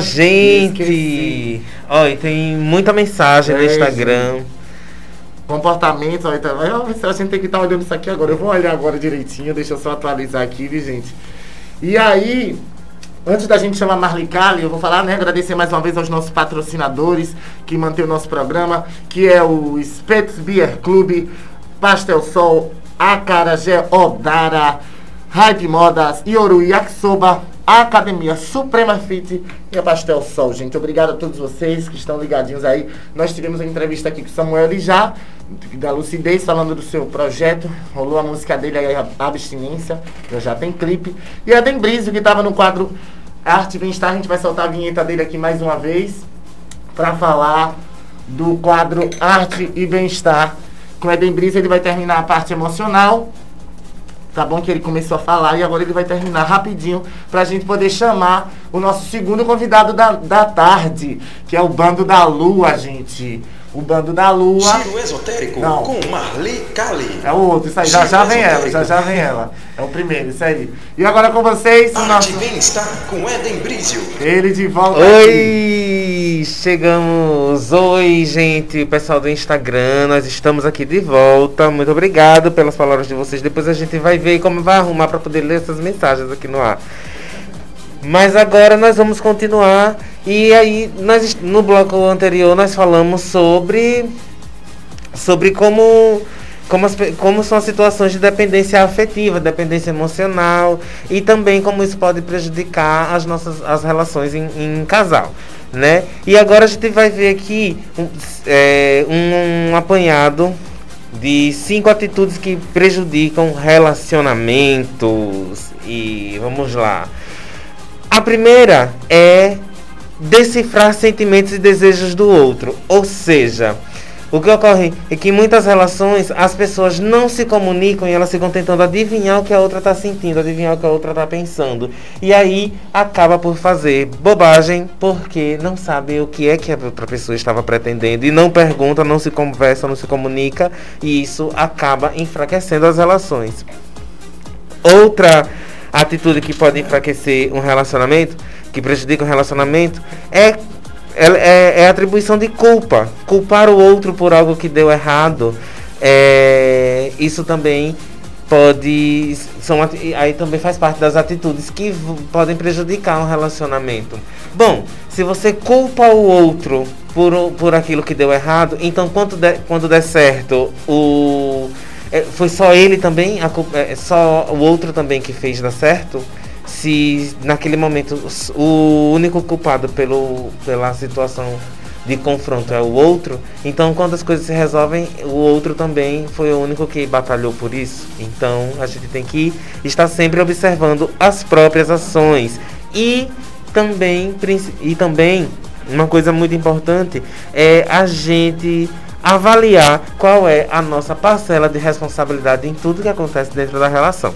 gente! Olha, tem muita mensagem é, no Instagram. Gente. Comportamento, olha, tá, a gente tem que estar tá olhando isso aqui agora. Eu vou olhar agora direitinho, deixa eu só atualizar aqui, viu, gente? E aí, antes da gente chamar Marli Kali, eu vou falar, né, agradecer mais uma vez aos nossos patrocinadores que mantêm o nosso programa, que é o Spets Beer Club, Pastel Sol, Acarajé Odara, Hype Modas, Ioru Yakisoba, a Academia Suprema Fit e a Pastel Sol, gente. Obrigado a todos vocês que estão ligadinhos aí. Nós tivemos uma entrevista aqui com o Samuel Lijá, da Lucidez, falando do seu projeto. Rolou a música dele aí, a Abstinência, já tem clipe. E a Eden Brizio, que estava no quadro Arte e Bem-Estar. A gente vai soltar a vinheta dele aqui mais uma vez para falar do quadro Arte e Bem-Estar. Com o Eden Brizio, ele vai terminar a parte emocional. Tá bom que ele começou a falar e agora ele vai terminar rapidinho pra gente poder chamar o nosso segundo convidado da, da tarde, que é o Bando da Lua, gente. O Bando da Lua. Giro Esotérico Não. com Marli Kali. É o outro, isso aí. Já já vem ela, já já vem ela. É o primeiro, isso aí. E agora com vocês, o nosso... Bem-Estar com Eden Brizio. Ele de volta. Oi! Aqui. Chegamos. Oi, gente, pessoal do Instagram. Nós estamos aqui de volta. Muito obrigado pelas palavras de vocês. Depois a gente vai ver como vai arrumar para poder ler essas mensagens aqui no ar. Mas agora nós vamos continuar. E aí, nós, no bloco anterior, nós falamos sobre sobre como, como, as, como são as situações de dependência afetiva, dependência emocional, e também como isso pode prejudicar as nossas as relações em, em casal, né? E agora a gente vai ver aqui um, é, um, um apanhado de cinco atitudes que prejudicam relacionamentos. E vamos lá. A primeira é decifrar sentimentos e desejos do outro. Ou seja, o que ocorre é que em muitas relações as pessoas não se comunicam e elas ficam tentando adivinhar o que a outra está sentindo, adivinhar o que a outra está pensando. E aí acaba por fazer bobagem porque não sabe o que é que a outra pessoa estava pretendendo. E não pergunta, não se conversa, não se comunica. E isso acaba enfraquecendo as relações. Outra atitude que pode enfraquecer um relacionamento, que prejudica um relacionamento, é, é, é a atribuição de culpa. Culpar o outro por algo que deu errado. É, isso também pode... São, aí também faz parte das atitudes que podem prejudicar um relacionamento. Bom, se você culpa o outro por, por aquilo que deu errado, então quando der, quando der certo, o... É, foi só ele também, a, é, só o outro também que fez dar certo? Se naquele momento o único culpado pelo, pela situação de confronto é o outro, então quando as coisas se resolvem, o outro também foi o único que batalhou por isso. Então a gente tem que estar sempre observando as próprias ações. E também, e também uma coisa muito importante é a gente avaliar qual é a nossa parcela de responsabilidade em tudo que acontece dentro da relação.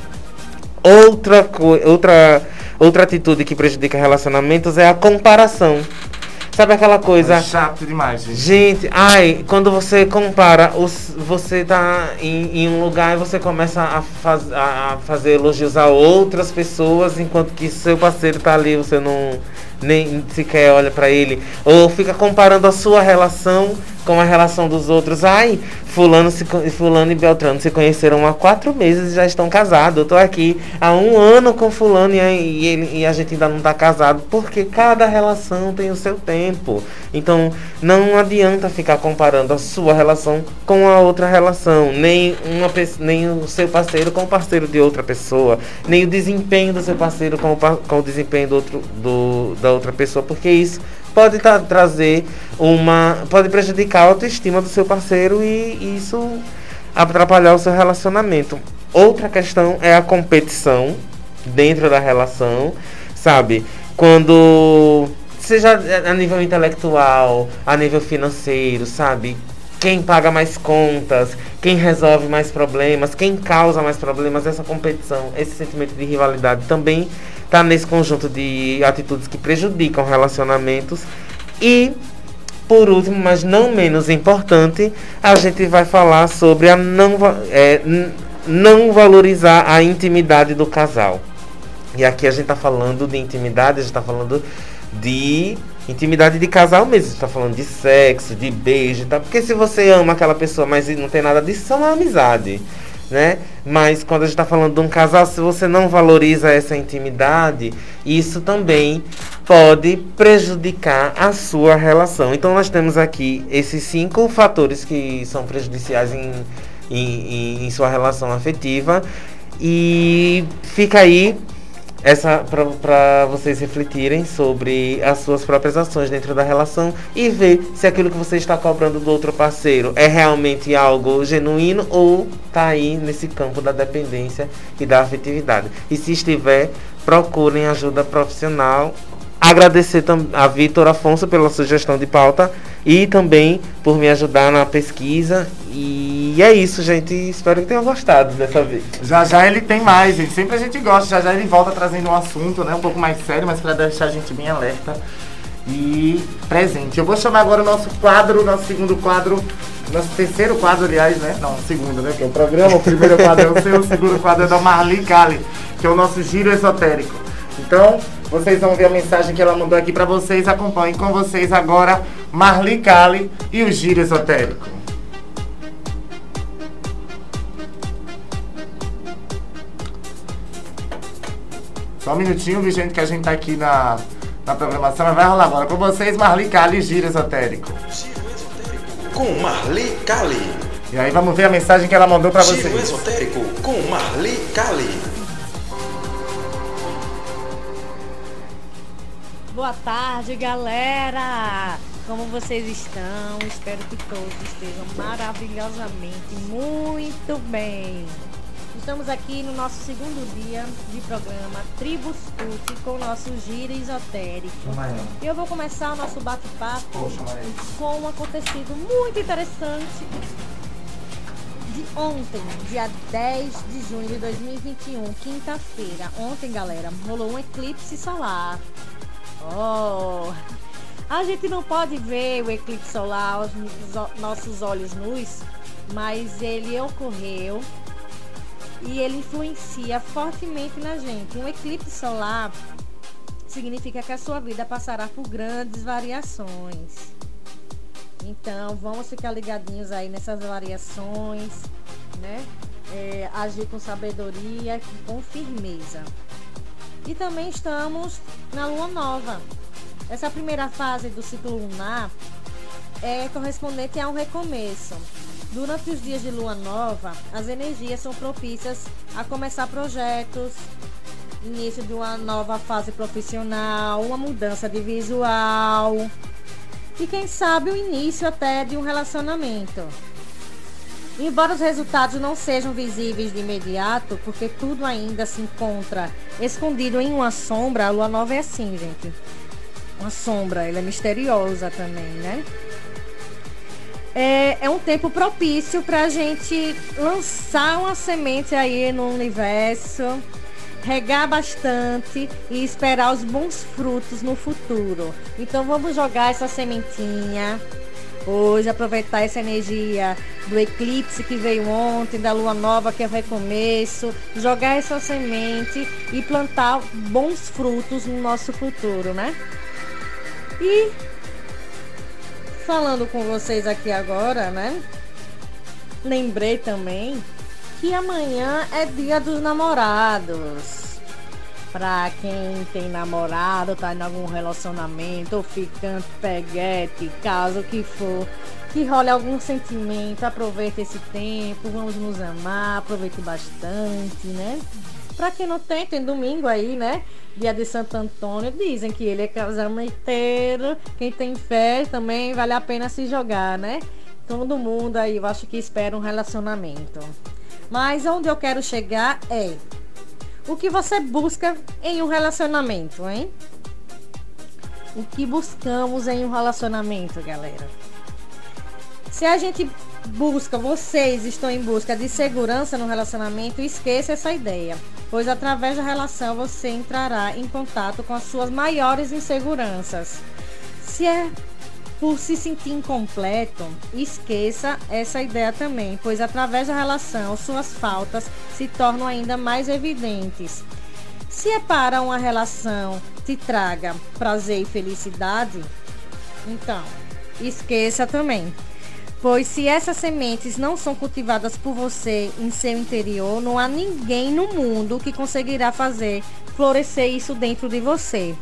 Outra, outra, outra atitude que prejudica relacionamentos é a comparação. Sabe aquela coisa... É chato demais, gente. Gente, ai, quando você compara, os, você tá em, em um lugar e você começa a, faz, a fazer elogios a outras pessoas, enquanto que seu parceiro tá ali, você não nem sequer olha pra ele. Ou fica comparando a sua relação com a relação dos outros. Ai, fulano, se, fulano e Beltrano se conheceram há quatro meses e já estão casados. Eu tô aqui há um ano com fulano e, e, ele, e a gente ainda não tá casado. Porque cada relação tem o seu tempo. Então, não adianta ficar comparando a sua relação com a outra relação. Nem, uma, nem o seu parceiro com o parceiro de outra pessoa. Nem o desempenho do seu parceiro com o, com o desempenho do outro, do, da outra pessoa. Porque isso pode tra- trazer uma... pode prejudicar a autoestima do seu parceiro e isso atrapalhar o seu relacionamento. Outra questão é a competição dentro da relação, sabe? Quando... seja a nível intelectual, a nível financeiro, sabe? Quem paga mais contas, quem resolve mais problemas, quem causa mais problemas, essa competição, esse sentimento de rivalidade também está nesse conjunto de atitudes que prejudicam relacionamentos. E, por último, mas não menos importante, a gente vai falar sobre a não, é, n- não valorizar a intimidade do casal. E aqui a gente está falando de intimidade, a gente está falando de intimidade de casal mesmo. A gente tá falando de sexo, de beijo, tá? Porque se você ama aquela pessoa, mas não tem nada disso, é uma amizade, né? Mas quando a gente tá falando de um casal, se você não valoriza essa intimidade, isso também pode prejudicar a sua relação. Então nós temos aqui esses cinco fatores que são prejudiciais em, em, em, em sua relação afetiva. E fica aí essa para vocês refletirem sobre as suas próprias ações dentro da relação e ver se aquilo que você está cobrando do outro parceiro é realmente algo genuíno ou está aí nesse campo da dependência e da afetividade. E se estiver, procurem ajuda profissional. Agradecer a Vitor Afonso pela sugestão de pauta e também por me ajudar na pesquisa. E é isso, gente. Espero que tenham gostado dessa vez. Já já ele tem mais, gente. Sempre a gente gosta. Já já ele volta trazendo um assunto, né, um pouco mais sério, mas para deixar a gente bem alerta e presente. Eu vou chamar agora o nosso quadro, nosso segundo quadro, nosso terceiro quadro, aliás, né? Não, segundo, né? Que é o programa. O primeiro quadro é o seu, o segundo quadro é da Marli Cali, que é o nosso giro esotérico. Então, vocês vão ver a mensagem que ela mandou aqui pra vocês. Acompanhem com vocês agora Marli Cali e o giro esotérico. Só um minutinho, viu, gente, que a gente tá aqui na, na programação, mas vai rolar agora com vocês, Marli Cali e giro esotérico. Com Marli Cali. E aí vamos ver a mensagem que ela mandou pra vocês. Giro esotérico com Marli Cali. Boa tarde, galera! Como vocês estão? Espero que todos estejam maravilhosamente, muito bem. Estamos aqui no nosso segundo dia de programa Tribus Cult com o nosso giro esotérico. E eu vou começar o nosso bate-papo com um acontecido muito interessante de ontem, dia dez de junho de dois mil e vinte e um, quinta-feira. Ontem, galera, rolou um eclipse solar. Oh, a gente não pode ver o eclipse solar aos nossos olhos nus, mas ele ocorreu e ele influencia fortemente na gente. Um eclipse solar significa que a sua vida passará por grandes variações. Então, vamos ficar ligadinhos aí nessas variações, né? É, agir com sabedoria e com firmeza. E também estamos na lua nova. Essa primeira fase do ciclo lunar é correspondente a um recomeço. Durante os dias de lua nova, as energias são propícias a começar projetos, início de uma nova fase profissional, uma mudança de visual e quem sabe o início até de um relacionamento. Embora os resultados não sejam visíveis de imediato, porque tudo ainda se encontra escondido em uma sombra, a lua nova é assim, gente. Uma sombra, ela é misteriosa também, né? É, é um tempo propício para a gente lançar uma semente aí no universo regar bastante e esperar os bons frutos no futuro. Então vamos jogar essa sementinha hoje, aproveitar essa energia do eclipse que veio ontem, da lua nova que é o recomeço, jogar essa semente e plantar bons frutos no nosso futuro, né? E falando com vocês aqui agora, né? Lembrei também que amanhã é dia dos namorados. Pra quem tem namorado, tá em algum relacionamento, ou ficante, peguete, caso que for, que role algum sentimento, aproveite esse tempo, vamos nos amar, aproveite bastante, né? Pra quem não tem, tem domingo aí, né? Dia de Santo Antônio, dizem que ele é casamenteiro, quem tem fé também vale a pena se jogar, né? Todo mundo aí, eu acho que espera um relacionamento. Mas onde eu quero chegar é o que você busca em um relacionamento, hein? O que buscamos em um relacionamento, galera? Se a gente busca, vocês estão em busca de segurança no relacionamento, esqueça essa ideia, pois através da relação você entrará em contato com as suas maiores inseguranças. Se é por se sentir incompleto, esqueça essa ideia também, pois através da relação suas faltas se tornam ainda mais evidentes. Se é para uma relação te traga prazer e felicidade, então esqueça também, pois se essas sementes não são cultivadas por você em seu interior, não há ninguém no mundo que conseguirá fazer florescer isso dentro de você.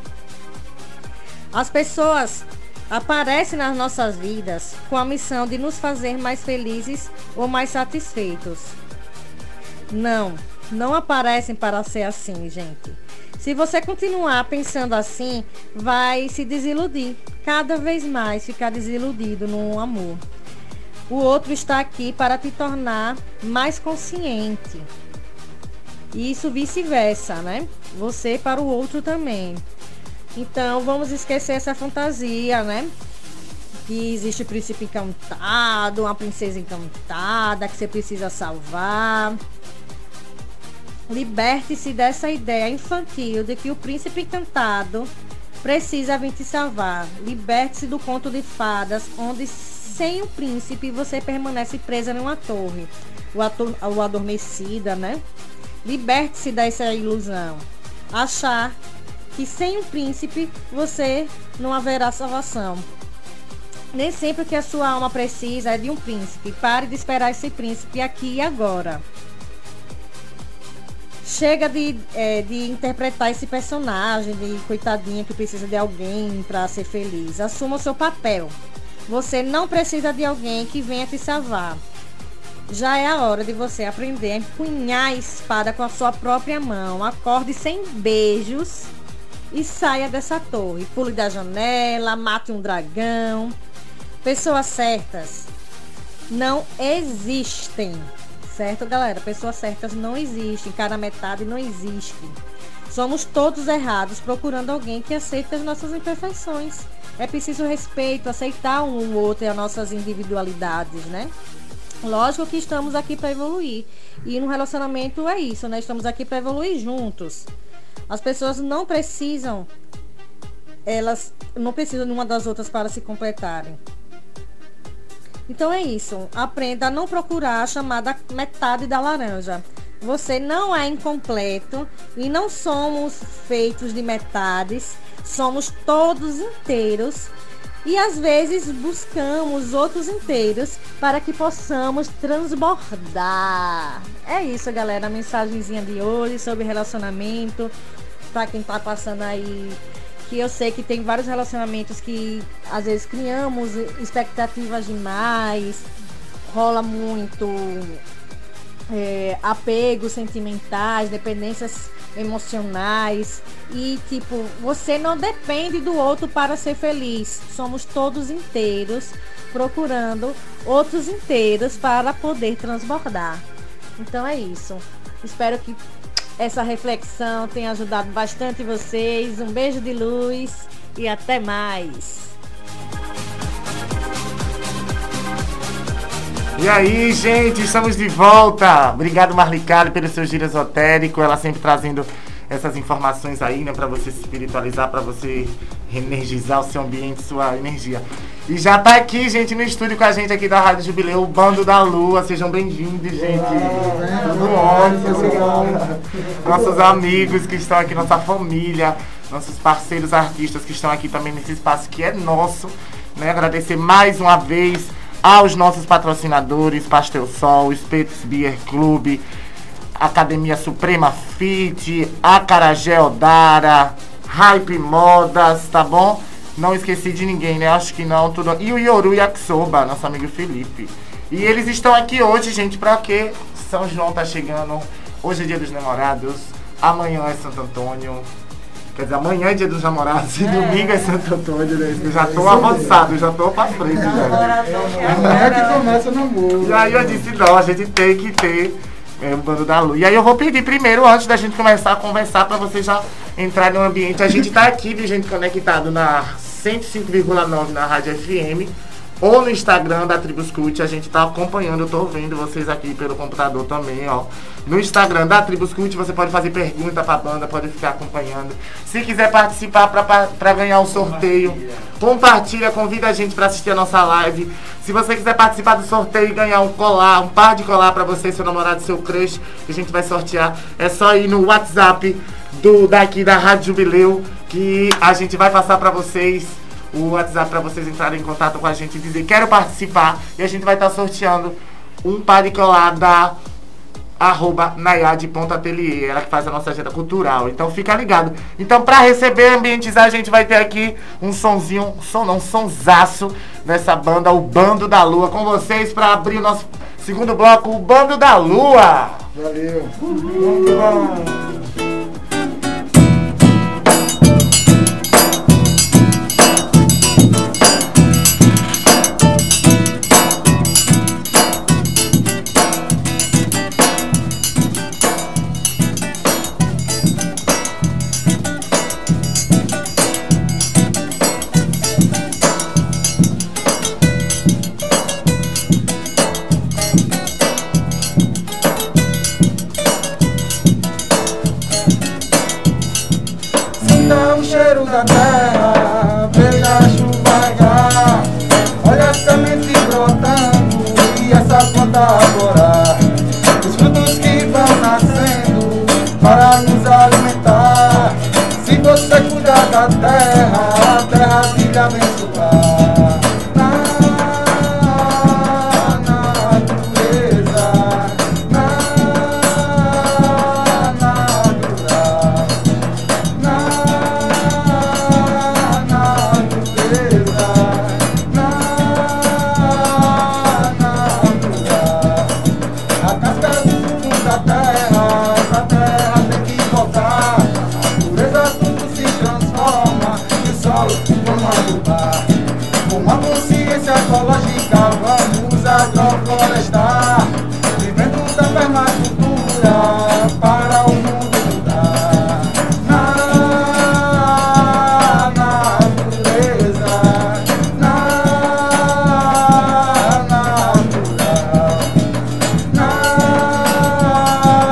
As pessoas aparecem nas nossas vidas com a missão de nos fazer mais felizes ou mais satisfeitos. Não, não aparecem para ser assim, gente. Se você continuar pensando assim, vai se desiludir, cada vez mais ficar desiludido no amor. O outro está aqui para te tornar mais consciente. E isso vice-versa, né? Você para o outro também. Então vamos esquecer essa fantasia, né? Que existe príncipe encantado, uma princesa encantada que você precisa salvar. Liberte-se dessa ideia infantil de que o príncipe encantado precisa vir te salvar. Liberte-se do conto de fadas, onde sem o príncipe você permanece presa numa torre, o, ator, o adormecida, né? Liberte-se dessa ilusão. Achar que sem o príncipe você não haverá salvação. Nem sempre o que a sua alma precisa é de um príncipe. Pare de esperar esse príncipe aqui e agora. Chega de, é, de interpretar esse personagem de coitadinha que precisa de alguém para ser feliz. Assuma o seu papel. Você não precisa de alguém que venha te salvar. Já é a hora de você aprender a empunhar a espada com a sua própria mão. Acorde sem beijos e saia dessa torre. Pule da janela, mate um dragão. Pessoas certas não existem. Certo, galera? Pessoas certas não existem. Cada metade não existe. Somos todos errados procurando alguém que aceite as nossas imperfeições. É preciso respeito, aceitar um ou outro e as nossas individualidades, né? Lógico que estamos aqui para evoluir. E no relacionamento é isso, né? Estamos aqui para evoluir juntos. As pessoas não precisam, elas não precisam de uma das outras para se completarem. Então é isso. Aprenda a não procurar a chamada metade da laranja. Você não é incompleto e não somos feitos de metades. Somos todos inteiros. E às vezes buscamos outros inteiros para que possamos transbordar. É isso, galera. A mensagenzinha de hoje sobre relacionamento. Para quem tá passando aí, que eu sei que tem vários relacionamentos que às vezes criamos expectativas demais. Rola muito é, apegos sentimentais, dependências emocionais. E tipo, você não depende do outro para ser feliz. Somos todos inteiros procurando outros inteiros para poder transbordar. Então é isso. Espero que essa reflexão tenha ajudado bastante vocês. Um beijo de luz e até mais. E aí, gente, estamos de volta. Obrigado, Marlicali, pelo seu giro esotérico. Ela sempre trazendo essas informações aí, né, pra você se espiritualizar, pra você reenergizar o seu ambiente, sua energia. E já tá aqui, gente, no estúdio com a gente aqui da Rádio Jubileu, o Bando da Lua. Sejam bem-vindos, gente. Tudo ótimo. Nossos amigos que estão aqui, nossa família, nossos parceiros artistas que estão aqui também nesse espaço que é nosso, né? Agradecer mais uma vez aos nossos patrocinadores, Pastel Sol, Espetos Beer Club, Academia Suprema Fit, Acarajé Odara, Hype Modas, tá bom? Não esqueci de ninguém, né? Acho que não, tudo. E o Yoru Yakisoba, nosso amigo Felipe. E eles estão aqui hoje, gente, pra quê? São João tá chegando, hoje é dia dos namorados, amanhã é Santo Antônio. Quer dizer, amanhã é dia dos namorados e é. domingo é Santo Antônio, né? Eu já tô avançado, já tô pra frente já. Amanhã que começa o namoro. E aí eu disse, não, a gente tem que ter é, o Bando da Lua. E aí eu vou pedir primeiro, antes da gente começar a conversar, pra você já entrar no ambiente. A gente tá aqui, de gente conectado na cento e cinco vírgula nove na Rádio F M, ou no Instagram da Tribus Cult. A gente tá acompanhando, eu tô vendo vocês aqui pelo computador também, ó. No Instagram da Tribus Cult você pode fazer pergunta pra banda, pode ficar acompanhando. Se quiser participar pra, pra, pra ganhar o sorteio, compartilha, convida a gente pra assistir a nossa live. Se você quiser participar do sorteio e ganhar um colar, um par de colar pra você, seu namorado, seu crush, que a gente vai sortear, é só ir no WhatsApp do, daqui da Rádio Jubileu, que a gente vai passar pra vocês o WhatsApp para vocês entrarem em contato com a gente e dizer quero participar, e a gente vai estar tá sorteando um par de colar da arroba nayade.atelier, ela que faz a nossa agenda cultural, então fica ligado. Então, para receber, ambientizar, a gente vai ter aqui um sonzinho, um som não, um sonsaço dessa banda, o Bando da Lua, com vocês para abrir o nosso segundo bloco, o Bando da Lua. Valeu. Muito bom. Da terra, veja a chuva regar, olha a semente brotando e essa planta arborar, os frutos que vão nascendo para nos alimentar. Se você cuidar da terra, a terra te lhe abençoar. Na natureza, na natural, na ecológica, vamos agroflorestar, vivendo da permacultura para o mundo mudar. Na natureza, na natural, na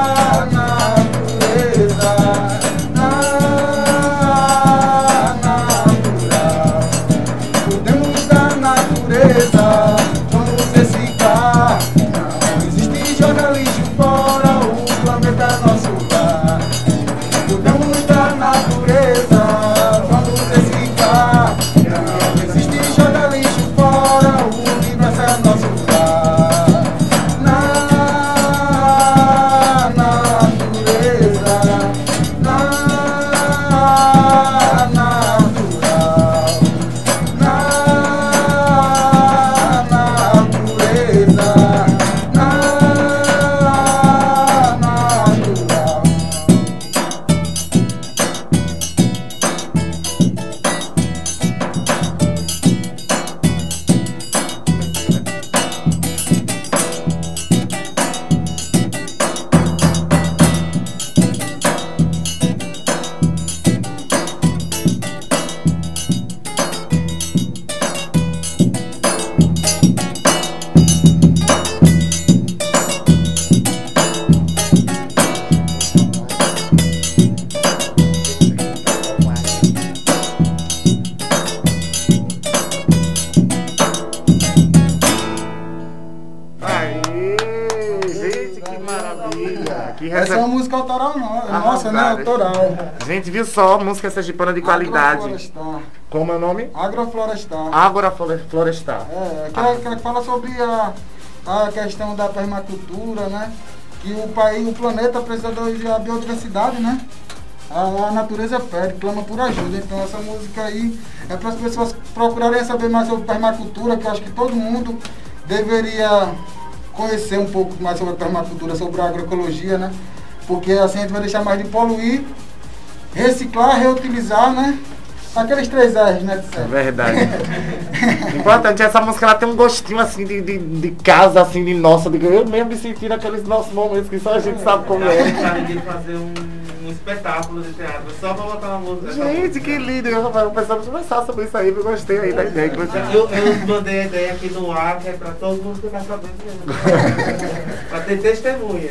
maravilha. Que Essa reza- é uma música autoral no- Ah, nossa, né? verdade. Autoral. Gente, viu só? Música sergipana de qualidade. Agroflorestar. Como é o nome? Agroflorestar. Ágora Flore- Florestar. É, aquela, aquela que fala sobre a, a questão da permacultura, né? Que o país, o planeta precisa da biodiversidade, né? A, a natureza pede, clama por ajuda. Então essa música aí é para as pessoas procurarem saber mais sobre permacultura, que eu acho que todo mundo deveria conhecer um pouco mais sobre a permacultura, sobre a agroecologia, né? Porque assim a gente vai deixar mais de poluir, reciclar, reutilizar, né? Aqueles três R's, né? De É sempre. verdade. Importante, essa música ela tem um gostinho assim de, de, de casa, assim, de nossa, de, eu mesmo me senti naqueles nossos momentos que só a gente sabe como é. de fazer um, um espetáculo de teatro, só pra botar uma música. Gente, que lindo! Eu vou pensar de conversar sobre isso aí, eu gostei aí da ideia. Eu, eu mandei a ideia aqui no ar, que é pra todo mundo ficar sabendo mesmo. Pra ter testemunha.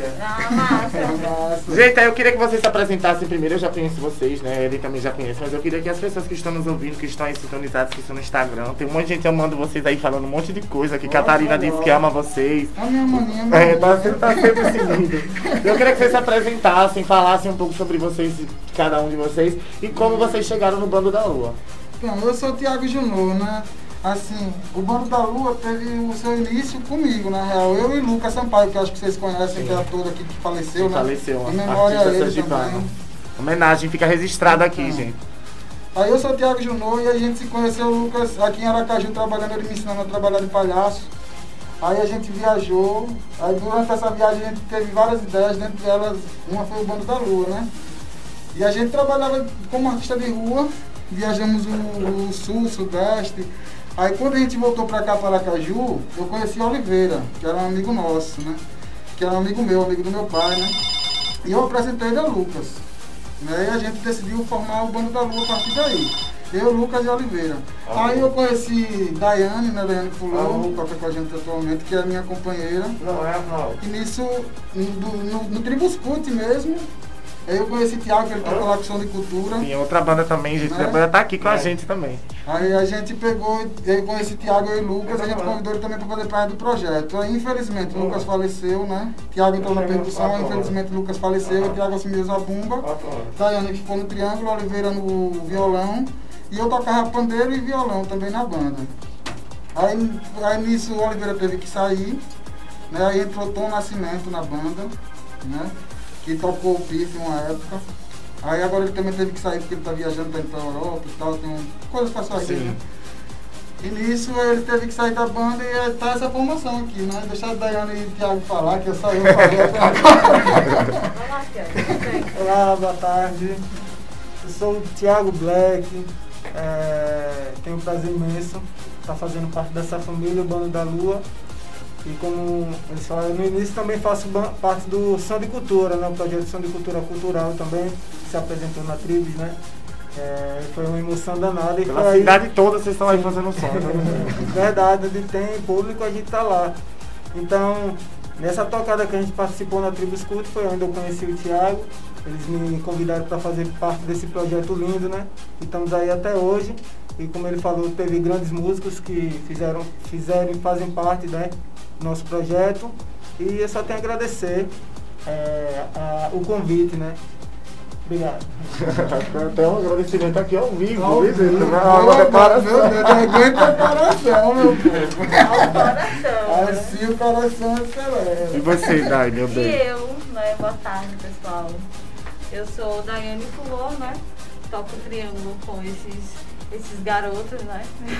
Gente, aí eu queria que vocês se apresentassem primeiro, eu já conheço vocês, né? Ele também já conhece, mas eu queria que as pessoas que estão nos ouvindo, que estão aí sintonizadas, que estão no Instagram, tem um monte de gente amando vocês aí, falando um monte de coisa, que Catarina disse que ama vocês. A minha maninha, minha É, tá, sempre- tá sempre seguindo. Eu queria que vocês se apresentassem, falassem um pouco sobre vocês, de cada um de vocês, e como vocês chegaram no Bando da Lua. Então, eu sou o Thiago Junor, né? Assim, o Bando da Lua teve o seu início comigo, na real. Eu e Lucas Sampaio, que acho que vocês conhecem, que é ator aqui que faleceu, Que né? faleceu, Em um memória a artista ele sergipano. também. Homenagem, fica registrado aqui, Então. gente. Aí eu sou o Thiago Junor e a gente se conheceu, o Lucas, aqui em Aracaju, trabalhando, ele me ensinando a trabalhar de palhaço. Aí a gente viajou, aí durante essa viagem a gente teve várias ideias, dentre elas, uma foi o Bando da Lua, né? E a gente trabalhava como artista de rua, viajamos o, o sul, o sudeste. Aí quando a gente voltou pra cá, para Aracaju, eu conheci a Oliveira, que era um amigo nosso, né? Que era um amigo meu, amigo do meu pai, né? E eu apresentei ele ao Lucas, né? E a gente decidiu formar o Bando da Lua a partir daí. Eu, Lucas e Oliveira. Ah, Aí eu conheci Daiane, né? Daiane Fulô, que toca com a gente atualmente, que é a minha companheira. Não, é não. E nisso, no, no, no Tribus Cult mesmo, aí eu conheci Thiago, que ele toca lá com som de cultura. Tem outra banda também, gente, Né? a banda tá aqui com a É. gente também. Aí a gente pegou, eu conheci Thiago e Lucas, a gente convidou ele também para fazer parte do projeto. Aí infelizmente Lucas faleceu, né? Thiago entrou na percussão, infelizmente Lucas faleceu, Thiago assumiu o zabumba, Daiane ficou no triângulo, Oliveira no violão, e eu tocava pandeiro e violão também na banda. Aí, aí nisso o Oliveira teve que sair, né? Aí entrou Tom Nascimento na banda, né? Que tocou o pife uma época. Aí agora ele também teve que sair porque ele tá viajando, tá indo pra Europa e tal, tem um, coisas pra sair, Sim. né? E nisso ele teve que sair da banda e aí tá essa formação aqui, né? Deixar a Daiane e o Thiago falar, que eu só eu falei até agora. Olá, boa tarde. Eu sou o Thiago Black, é, tenho um prazer imenso estar fazendo parte dessa família, o Bando da Lua. E como eles falaram, no início também faço ban- parte do Som de Cultura, né? O projeto Som de Cultura Cultural também, que se apresentou na Tribos, né? É, foi uma emoção danada. E Pela foi aí- cidade toda vocês estão aí fazendo som. Verdade, onde tem público a gente tá lá. Então, nessa tocada que a gente participou na Tribus Cult foi onde eu conheci o Thiago. Eles me convidaram para fazer parte desse projeto lindo, né? E estamos aí até hoje. E como ele falou, teve grandes músicos que fizeram, fizeram e fazem parte, né, do nosso projeto. E eu só tenho a agradecer é, a- o convite, né? Obrigado. Até um agradecimento aqui ao vivo, Ao viu, vivo. gente? Uma, Meu uma Deus, declaração. meu Deus, aguenta o coração, meu povo. coração. Assim o coração acelera. E você, Dai, meu E bem? eu, né? Boa tarde, pessoal. Eu sou Daiane Fulô, né? Toco triângulo com esses, esses garotos, né?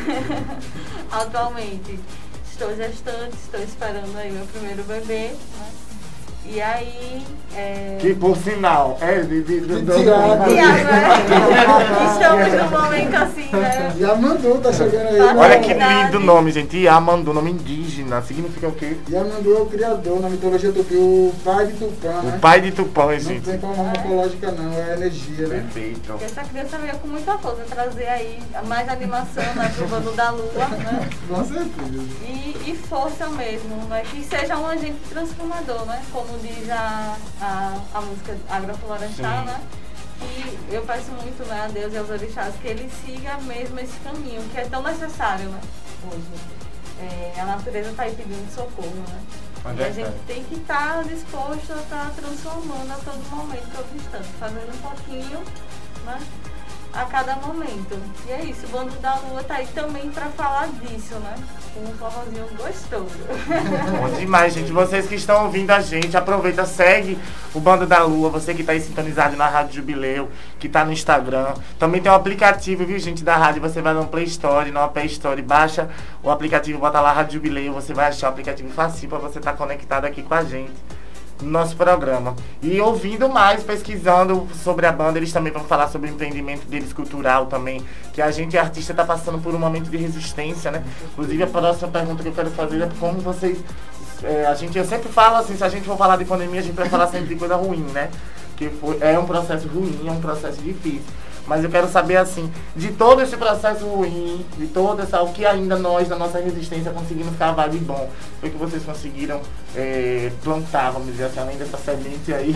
Atualmente estou gestante, estou esperando aí meu primeiro bebê, né? E aí, é... Que por sinal, é de... de, de, de Thiago. Tiago, né? Estamos num momento assim, né? Yamandu tá chegando aí. Olha que lindo nome, gente. Yamandu, nome indígena. Significa o quê? Yamandu é o criador na mitologia tupi, o pai de Tupã, né? O pai de Tupã, Não gente. tem forma morfológica não, é energia, né? Perfeito. Essa criança veio com muita força trazer aí mais animação, né, pro Bando da Lua, né? Com certeza. E, e força mesmo, né? Que seja um agente transformador, né? Como diz a, a, a música Agroflorestar, Sim. né? E eu peço muito, né, a Deus e aos orixás que ele siga mesmo esse caminho, que é tão necessário, né? Hoje. É, a natureza está aí pedindo socorro, né? E a gente tem que estar disposto a estar transformando a todo momento, todo instante, fazendo um pouquinho, né, a cada momento. E é isso, o Bando da Lua tá aí também para falar disso, né? Com um forrozinho gostoso. Bom demais, gente. Vocês que estão ouvindo a gente, aproveita, segue o Bando da Lua, você que está aí sintonizado na Rádio Jubileu, que está no Instagram. Também tem o aplicativo, viu, gente, da rádio. Você vai no Play Store, no App Store, baixa o aplicativo, bota lá Rádio Jubileu, você vai achar o aplicativo facinho para você estar tá conectado aqui com a gente no nosso programa. E ouvindo mais, pesquisando sobre a banda, eles também vão falar sobre o empreendimento deles cultural também, que a gente, artista, está passando por um momento de resistência, né? Inclusive, a próxima pergunta que eu quero fazer é como vocês... É, a gente, eu sempre falo assim, se a gente for falar de pandemia, a gente vai falar sempre de coisa ruim, né? Que foi, é um processo ruim, é um processo difícil. Mas eu quero saber, assim, de todo esse processo ruim, de todo essa, o que ainda nós, da nossa resistência, conseguimos cavar de bom. Foi que vocês conseguiram é, plantar, vamos dizer assim, além dessa semente aí,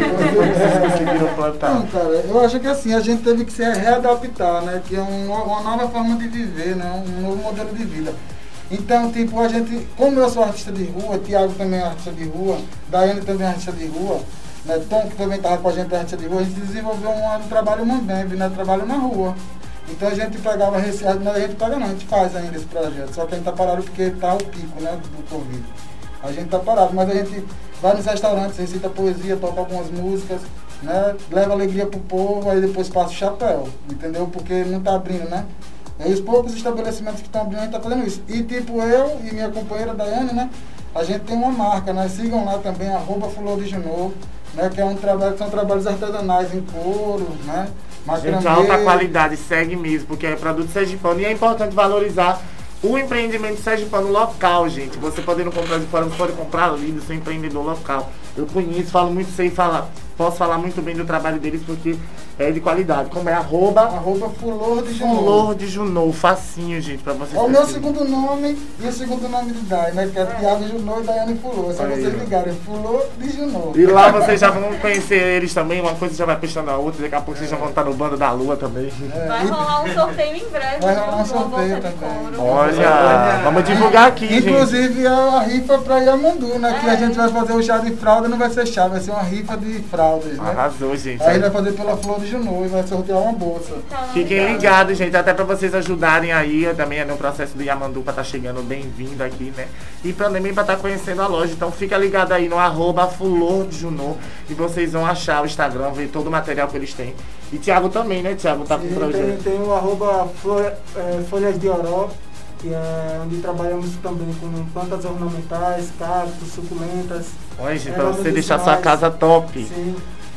vocês conseguiram plantar. Não, cara, eu acho que assim, a gente teve que se readaptar, né? Que é um, uma nova forma de viver, né? Um novo modelo de vida. Então, tipo, a gente, como eu sou artista de rua, Thiago também é artista de rua, Daiane também é artista de rua, né, Tom, que também estava com a gente artista de rua, a gente desenvolveu um, um trabalho mandembe, né, trabalho na rua. Então a gente pegava receita, mas a gente paga não, a gente faz ainda esse projeto, só que a gente está parado porque está o pico, né, do Covid. A gente está parado, mas a gente vai nos restaurantes, recita poesia, toca algumas músicas, né, leva alegria pro povo, aí depois passa o chapéu, entendeu? Porque não está abrindo, né? E os poucos estabelecimentos que estão abrindo, a gente está fazendo isso. E tipo, eu e minha companheira Daiane, né, a gente tem uma marca, né, sigam lá também, arroba Fulô de Junô, né, que é um trabalho, são trabalhos artesanais em couro, né, macramê. Gente, alta qualidade, segue mesmo, porque é produto sergipano e é importante valorizar o empreendimento sergipano local, gente. Você podendo comprar de fora, você pode comprar ali do seu empreendedor local. Eu conheço, falo muito, sei falar, posso falar muito bem do trabalho deles porque é de qualidade. Como é arroba, arroba Fulô de Junô. Fulô de Junô, facinho, gente, pra vocês. É o meu segundo nome e o segundo nome de Dai, né? Que é Thiago Junô e Daiane Fulô. É só Aí, vocês ó. ligarem, Fulô de Junô. E lá vocês já vão conhecer eles também, uma coisa já vai puxando a outra, daqui a pouco vocês já vão estar no Bando da Lua também. Vai rolar um sorteio em breve. Vai né? rolar um Uma sorteio bolsa de também. couro. Olha, vamos divulgar aqui, gente. Inclusive a rifa pra Yamandu, né? Que a gente vai fazer o chá de fralda, não vai ser chá, vai ser uma rifa de fraldas, né? Arrasou, gente. Aí vai fazer pela Flor de Junô e vai sortear uma bolsa. Fiquem ligados, gente, até pra vocês ajudarem aí, eu também é no processo do Yamandu pra tá chegando bem-vindo aqui, né? E pra, também pra tá conhecendo a loja, então fica ligado aí no arroba Fulô de Junô e vocês vão achar o Instagram, ver todo o material que eles têm. E Thiago também, né, Thiago? Tá com Sim, o projeto. tem, tem o arroba flor, é, Folhas de Oró, que é onde trabalhamos também com plantas ornamentais, cactos, suculentas. Olha, gente, é, pra você deixar medicinais. sua casa top. Sim.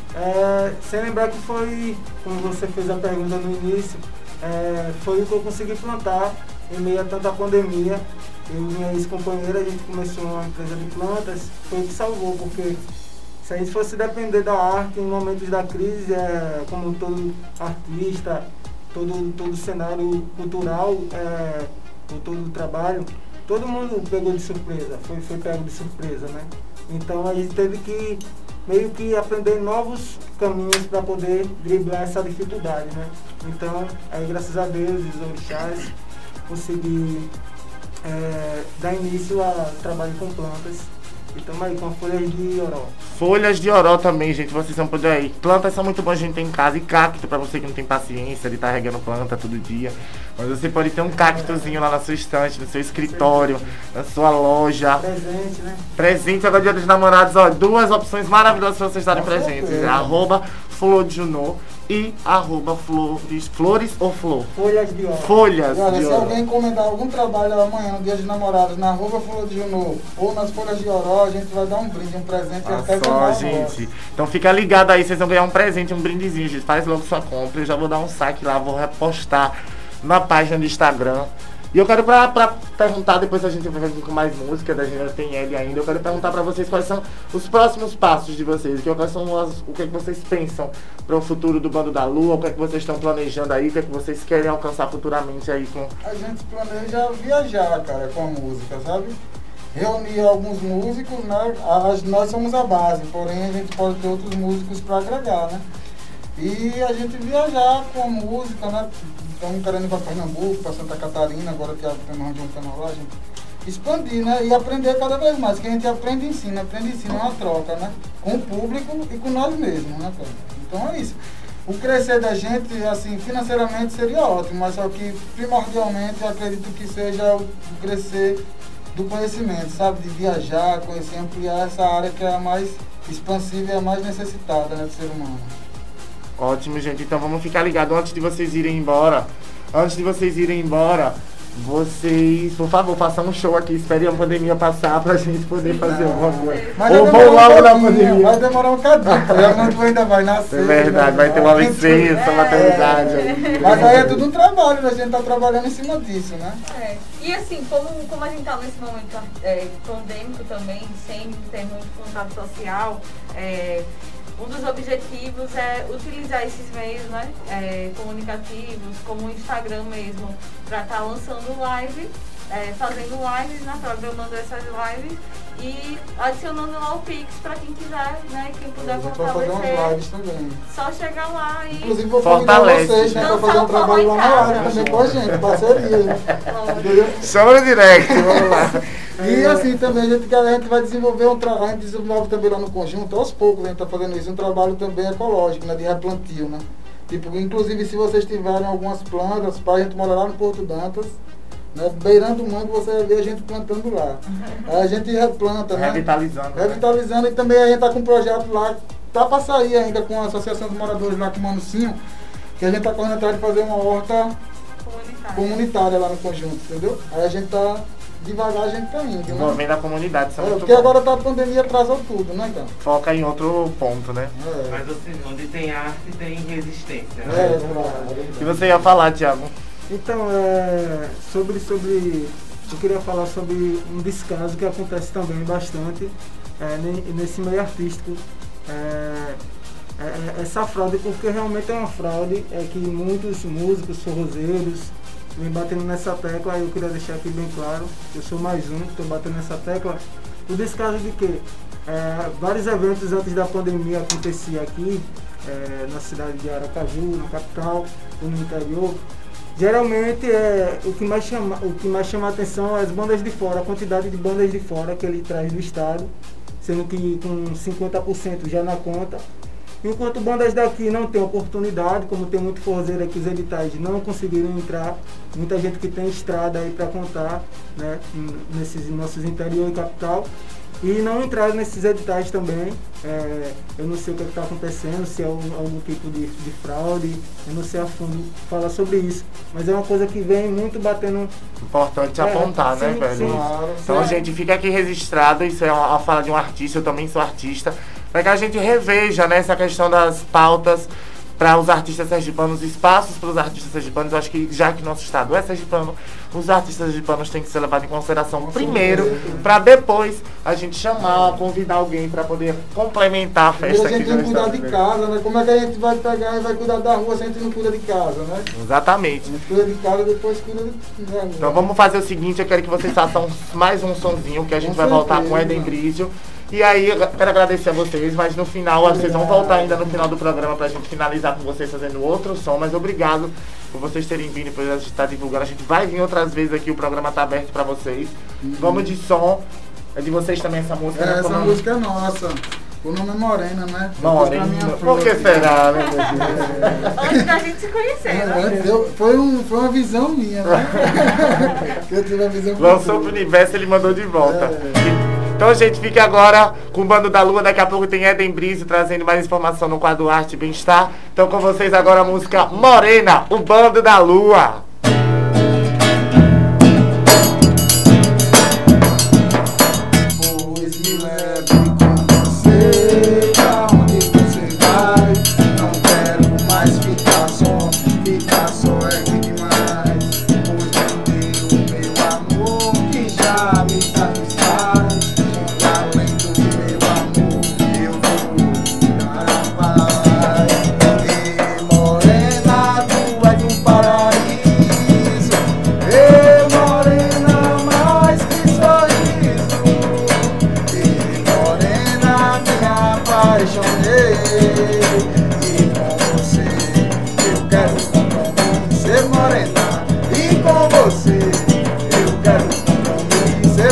É, sem lembrar que foi, como você fez a pergunta no início, é, foi o que eu consegui plantar em meio a tanta pandemia. Eu e minha ex-companheira, a gente começou uma empresa de plantas, foi o que salvou, porque se a gente fosse depender da arte em momentos da crise, é, como todo artista, todo, todo cenário cultural, é, ou todo trabalho, todo mundo pegou de surpresa, foi, foi pego de surpresa, né? Então a gente teve que meio que aprender novos caminhos para poder driblar essa dificuldade, né? Então, aí graças a Deus e os orixás, consegui é, dar início a trabalho com plantas. E estamos aí com folhas de oró. Folhas de oró também, gente, vocês vão poder aí. Plantas são muito boas a gente ter em casa. E cacto, pra você que não tem paciência de estar regando planta todo dia. Mas você pode ter um cactozinho lá na sua estante, no seu escritório, na sua loja. Presente, né? Presente agora dia dos namorados, ó. Duas opções maravilhosas pra vocês darem presentes. certeza. Arroba Flor de Junô e arroba flores, flores ou flor? Folhas de oró. Folhas E olha, de se oró. alguém encomendar algum trabalho amanhã, no dia dos namorados, na arroba Flor de Junô ou nas Folhas de Oró, a gente vai dar um brinde, um presente Ah, até só, gente. Então fica ligado aí, vocês vão ganhar um presente, um brindezinho, gente. Faz logo sua compra. Eu já vou dar um saque lá, vou repostar na página do Instagram. E eu quero pra, pra perguntar, depois a gente vai vir com mais música, da gente tem ele ainda. Eu quero perguntar pra vocês quais são os próximos passos de vocês. Que, quais são as, o que, é que vocês pensam para o futuro do Bando da Lua, o que é que vocês estão planejando aí, o que é que vocês querem alcançar futuramente aí com. A gente planeja viajar, cara, com a música, sabe? Reunir alguns músicos, né? As, nós somos a base, porém a gente pode ter outros músicos para agregar, né? E a gente viajar com a música, né? Estamos querendo ir para Pernambuco, para Santa Catarina, agora que tem uma região que tá lá, a gente expandir, né? E aprender cada vez mais, que a gente aprende e ensina, aprende e ensina, é uma troca, né? Com o público e com nós mesmos, né, cara? Então é isso. O crescer da gente, assim, financeiramente seria ótimo, mas só que primordialmente eu acredito que seja o crescer do conhecimento, sabe? De viajar, conhecer, ampliar essa área que é a mais expansiva e a mais necessitada, né, do ser humano. Ótimo, gente. Então vamos ficar ligados antes de vocês irem embora. Antes de vocês irem embora, vocês, por favor, façam um show aqui. Esperem a pandemia passar pra gente poder fazer alguma coisa. Mas Ou vai vão demorar logo um na cadinho, pandemia. vai demorar um cadinho, já não ainda vai nascer. É verdade, né? vai ter uma A gente- licença, maternidade. É. Mas aí é tudo um trabalho, né? A gente tá trabalhando em cima disso, né? É. E assim, como, como a gente tá nesse momento é, pandêmico também, sem ter muito contato social, é, um dos objetivos é utilizar esses meios, né, é, comunicativos, como o Instagram mesmo, para estar tá lançando live, é, fazendo lives, né, programando essas lives e adicionando lá o Pix para quem quiser, né, quem puder A gente vai fazer fortalecer. umas lives também. Só chegar lá e... Inclusive vou convidar vocês, né, pra fazer um trabalho lá na live também com a gente, parceria. Entendeu? Chama no direct, vamos lá. E assim também a gente, a gente vai desenvolver um trabalho, a gente desenvolve também lá no conjunto, aos poucos a gente está fazendo isso, um trabalho também ecológico, né, de replantio, né? Tipo, inclusive se vocês tiverem algumas plantas, para a gente morar lá no Porto Dantas, né, beirando o mangue, você vai ver a gente plantando lá. Aí a gente replanta, né? Revitalizando. Revitalizando, e também a gente está com um projeto lá, tá para sair ainda com a Associação dos Moradores lá com o Manucinho, que a gente está correndo atrás de fazer uma horta comunitária, comunitária lá no conjunto, entendeu? Aí a gente está... Devagar a gente tá indo, né? Envolvendo a comunidade, isso é É, muito porque bom. agora tá a pandemia atrasou tudo, né, cara? Foca em outro ponto, né? É. Mas assim, onde tem arte tem resistência. É, Né? claro. E você ia falar, Thiago? Então, é, sobre, sobre, eu queria falar sobre um descaso que acontece também bastante é, ne- nesse meio artístico. É, é, essa fraude, porque realmente é uma fraude, é que muitos músicos, forrozeiros, vem batendo nessa tecla. Eu queria deixar aqui bem claro, eu sou mais um que estou batendo nessa tecla. O descaso de que é, vários eventos antes da pandemia aconteciam aqui, é, na cidade de Aracaju, na capital, ou no interior. Geralmente é, o, que mais chama, o que mais chama a atenção é as bandas de fora, a quantidade de bandas de fora que ele traz do estado, sendo que com cinquenta por cento já na conta. Enquanto bandas daqui não tem oportunidade, como tem muito forzeiro aqui, os editais não conseguiram entrar, muita gente que tem estrada aí para contar, né, nesses nossos interior e capital, e não entraram nesses editais também. É, eu não sei o que está acontecendo, se é algum, algum tipo de, de fraude, eu não sei a fundo falar sobre isso, mas é uma coisa que vem muito batendo. Importante É, apontar, sim, né, velho? sim. Então, Sim. gente, fica aqui registrado, isso é uma, uma fala de um artista, eu também sou artista, para que a gente reveja, né, essa questão das pautas para os artistas sergipanos, espaços para os artistas sergipanos. Eu acho que, já que nosso estado é sergipano, os artistas sergipanos têm que ser levados em consideração primeiro, para depois a gente chamar, convidar alguém para poder complementar a Primeiro festa a gente aqui tem no que cuidar estado de dele. casa, né? Como é que a gente vai pegar e vai cuidar da rua se a gente não cuida de casa, né? Exatamente. A gente cuida de casa, depois cuida de da rua. Então vamos fazer o seguinte, eu quero que vocês façam mais um sonzinho, que a gente Com vai voltar certeza. com Eden Brígio. E aí, eu quero agradecer a vocês, mas no final, vocês vão voltar ainda no final do programa pra gente finalizar com vocês fazendo outro som, mas obrigado por vocês terem vindo, depois a gente tá divulgando, a gente vai vir outras vezes aqui, o programa tá aberto pra vocês. Uhum. Vamos de som, é de vocês também essa música, É, né? essa Como- música é nossa. O nome é Morena, né? Morena. Depois pra minha Por que filha. será, né, meu Antes da gente se conhecer, né? É, eu- foi, um, foi uma visão minha, né? Que eu tive a visão Lançou pro universo, ele mandou de volta. Então, gente, fique agora com o Bando da Lua. Daqui a pouco tem Eden Brise trazendo mais informação no quadro Arte e Bem-Estar. Então, com vocês agora a música Morena, o Bando da Lua. Pois me leve com você, pra onde você vai. Não quero mais ficar só, ficar só é que demais. Pois me deu o meu amor, que já me satisfaz. Além do meu amor, eu vou dar a paz. E morena, tu és um paraíso. E morena, mais que sorriso. E morena, me apaixonei. E com você eu quero compromisso, morena. E com você eu quero compromisso,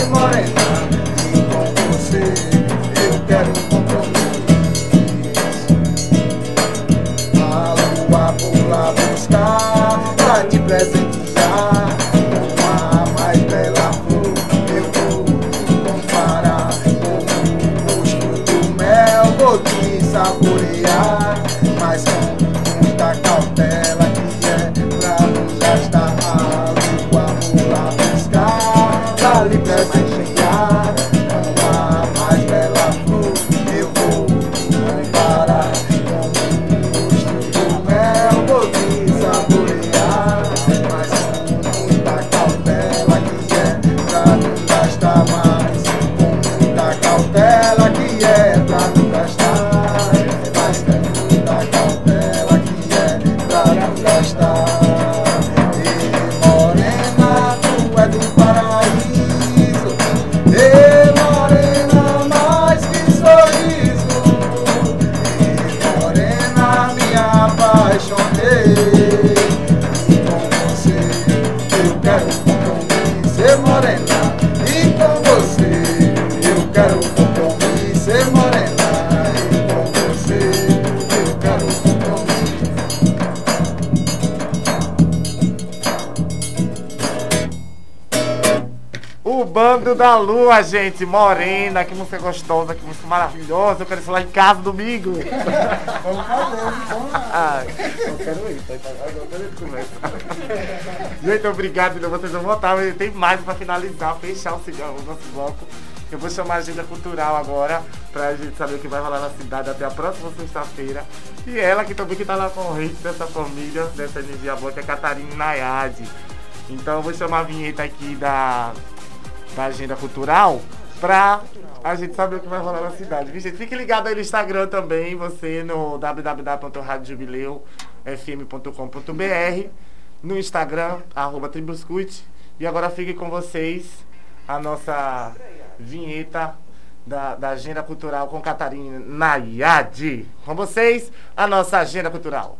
Bando da Lua, gente. Morena, que música gostosa, que música maravilhosa. Eu quero isso lá em casa domingo. Vamos fazer, vamos lá. Ah, eu quero ir, tá? Agora a gente começa. Gente, obrigado, então vocês vão voltar. Tem mais pra finalizar, fechar o, cigarro, o nosso bloco. Eu vou chamar a agenda cultural agora, pra gente saber o que vai rolar na cidade até a próxima sexta-feira. E ela que também que tá lá com o hit dessa família, dessa energia boa, que é Catarina Nayade. Então eu vou chamar a vinheta aqui da, da agenda cultural pra a gente saber o que vai rolar na cidade. Viu, gente? Fique ligado aí no Instagram também, você no w w w ponto rádio jubileu f m ponto com ponto b r, no Instagram, arroba Tribuscute. E agora fique com vocês a nossa vinheta da, da agenda cultural com Catarina Nayade. Com vocês, a nossa agenda cultural.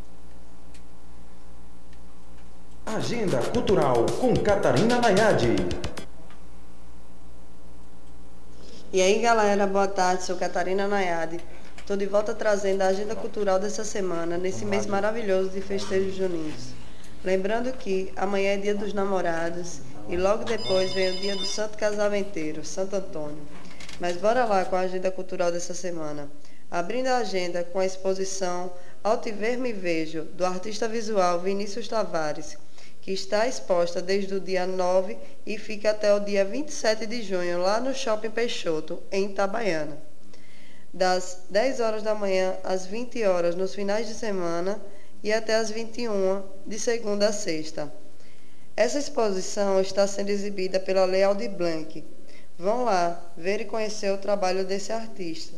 Agenda Cultural com Catarina Nayade. E aí galera, boa tarde, sou Catarina Nayade. Estou de volta trazendo a agenda cultural dessa semana, nesse mês maravilhoso de festejos juninos. Lembrando que amanhã é dia dos namorados e logo depois vem o dia do Santo Casamenteiro, Santo Antônio. Mas bora lá com a agenda cultural dessa semana. Abrindo a agenda com a exposição Ao Te Ver Me Vejo, do artista visual Vinícius Tavares, que está exposta desde o dia nove e fica até o dia vinte e sete de junho, lá no Shopping Peixoto, em Itabaiana. Das dez horas da manhã às vinte horas nos finais de semana e até às vinte e uma, de segunda a sexta. Essa exposição está sendo exibida pela Leal de Blanc. Vão lá ver e conhecer o trabalho desse artista.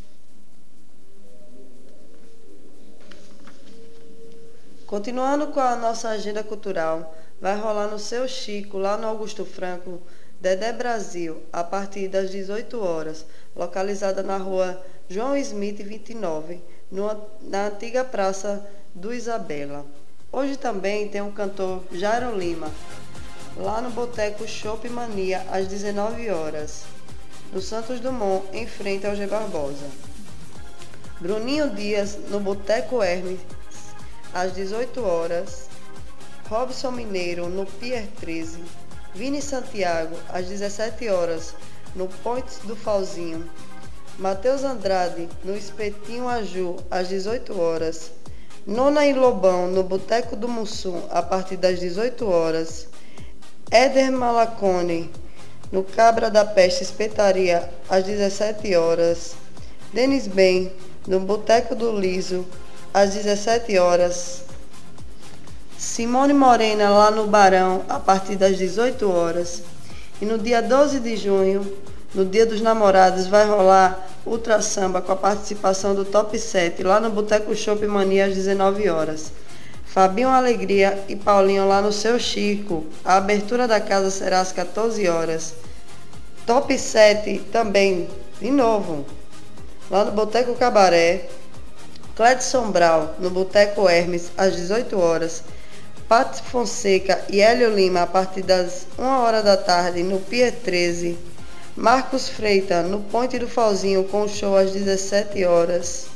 Continuando com a nossa agenda cultural, vai rolar no Seu Chico, lá no Augusto Franco, Dedé Brasil, a partir das dezoito horas, localizada na rua João Smith vinte e nove, no, na antiga Praça do Isabela. Hoje também tem o cantor Jairo Lima, lá no Boteco Chopp Mania, às dezenove horas, no Santos Dumont, em frente ao G. Barbosa. Bruninho Dias, no Boteco Hermes, às dezoito horas, Robson Mineiro, no Pier treze, Vini Santiago, às dezessete horas, no Pontes do Falzinho, Matheus Andrade, no Espetinho Aju, às dezoito horas, Nona e Lobão, no Boteco do Mussum, a partir das dezoito horas, Éder Malacone, no Cabra da Peste Espetaria, às dezessete horas, Denis Ben, no Boteco do Liso, às dezessete horas, Simone Morena, lá no Barão, a partir das dezoito horas. E no dia doze de junho, no Dia dos Namorados, vai rolar Ultra Samba com a participação do Top sete, lá no Boteco Chopp Mania, às dezenove horas. Fabinho Alegria e Paulinho, lá no Seu Chico. A abertura da casa será às quatorze horas. Top sete também, de novo, lá no Boteco Cabaré. Cledson Brau, no Boteco Hermes, às dezoito horas. Pati Fonseca e Hélio Lima, a partir das uma hora da tarde, no Pier treze. Marcos Freitas, no Ponte do Falzinho, com show às dezessete horas.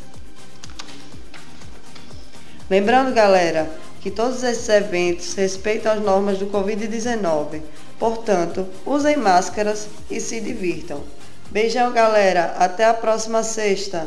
Lembrando, galera, que todos esses eventos respeitam as normas do covid dezenove. Portanto, usem máscaras e se divirtam. Beijão, galera. Até a próxima sexta.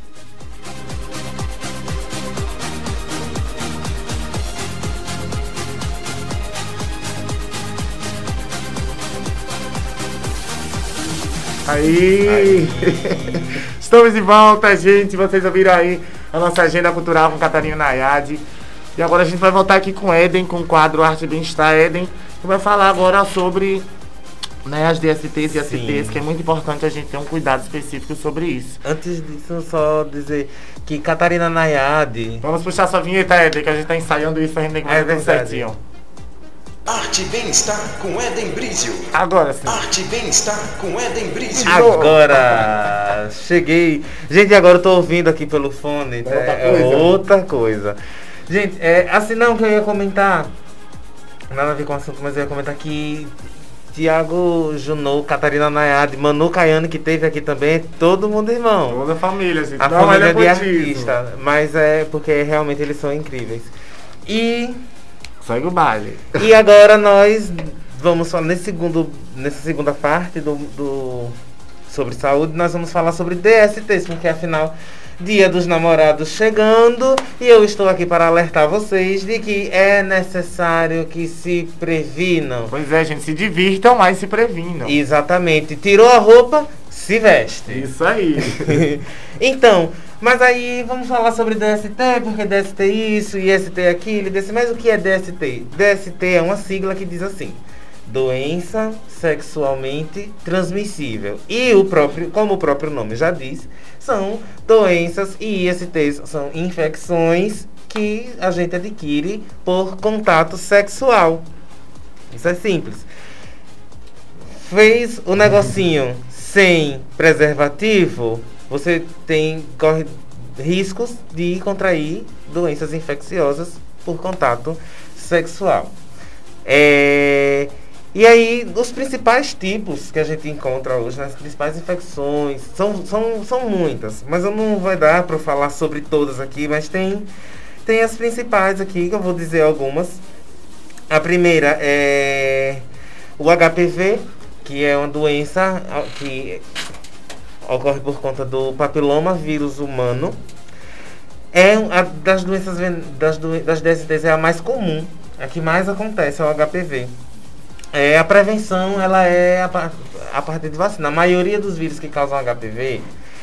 Aí! Estamos de volta, gente. Vocês ouviram aí a nossa agenda cultural com Catarina Nayade. E agora a gente vai voltar aqui com Eden, com o quadro Arte e Bem-Estar. Eden, que vai falar agora sobre, né, as D S Ts e A C Ts, Sim. que é muito importante a gente ter um cuidado específico sobre isso. Antes disso, só dizer que Catarina Nayade... Vamos puxar sua vinheta, Eden, que a gente tá ensaiando isso, a gente tem que fazer tudo certinho. Arte e Bem-Estar com Eden Brizio. Agora sim. Arte e Bem-Estar com Eden Brizio. Agora, cheguei. Gente, agora eu tô ouvindo aqui pelo fone. É outra, é coisa. outra coisa. Gente, é, assim não que eu ia comentar. Nada a ver com o assunto, mas eu ia comentar que Tiago Junot, Catarina Nayade, Manu Caiane, que teve aqui também, todo mundo irmão. Toda a família, gente. A não, família é de artista. Mas é porque realmente eles são incríveis. E... segue o baile. E agora nós vamos falar nesse segundo, nessa segunda parte do, do sobre saúde, nós vamos falar sobre D S Ts, porque afinal, Dia dos Namorados chegando, e eu estou aqui para alertar vocês de que é necessário que se previnam. Pois é, gente, se divirtam, mas se previnam. Exatamente. Tirou a roupa, se veste. Isso aí. Então, mas aí vamos falar sobre D S T, porque D S T isso, I S T aquilo, desse, mas o que é D S T? D S T é uma sigla que diz assim: doença sexualmente transmissível. E o próprio, como o próprio nome já diz, são doenças e I S Ts são infecções que a gente adquire por contato sexual. Isso é simples. Fez o negocinho sem preservativo, você tem, corre riscos de contrair doenças infecciosas por contato sexual. É... E aí, os principais tipos que a gente encontra hoje, nas principais infecções, são, são, são muitas, mas eu não vai dar para falar sobre todas aqui, mas tem, tem as principais aqui, que eu vou dizer algumas. A primeira é o H P V, que é uma doença que ocorre por conta do papiloma vírus humano. É a das doenças, das, do, das D S Ts é a mais comum, a que mais acontece é o H P V. É, a prevenção, ela é a, a partir de vacina. A maioria dos vírus que causam H P V,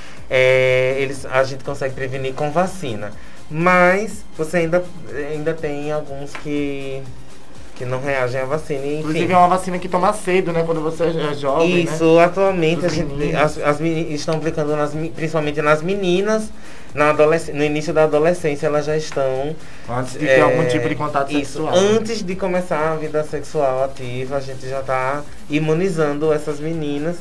é, eles, a gente consegue prevenir com vacina. Mas você ainda, ainda tem alguns que, que não reagem à vacina. Enfim. Inclusive é uma vacina que toma cedo, né? Quando você é jovem, Isso, né? atualmente a gente, as, as meni- estão aplicando nas, principalmente nas meninas. Na adolesc- no início da adolescência elas já estão... Antes de ter é, algum tipo de contato isso, sexual. Antes de começar a vida sexual ativa, a gente já está imunizando essas meninas.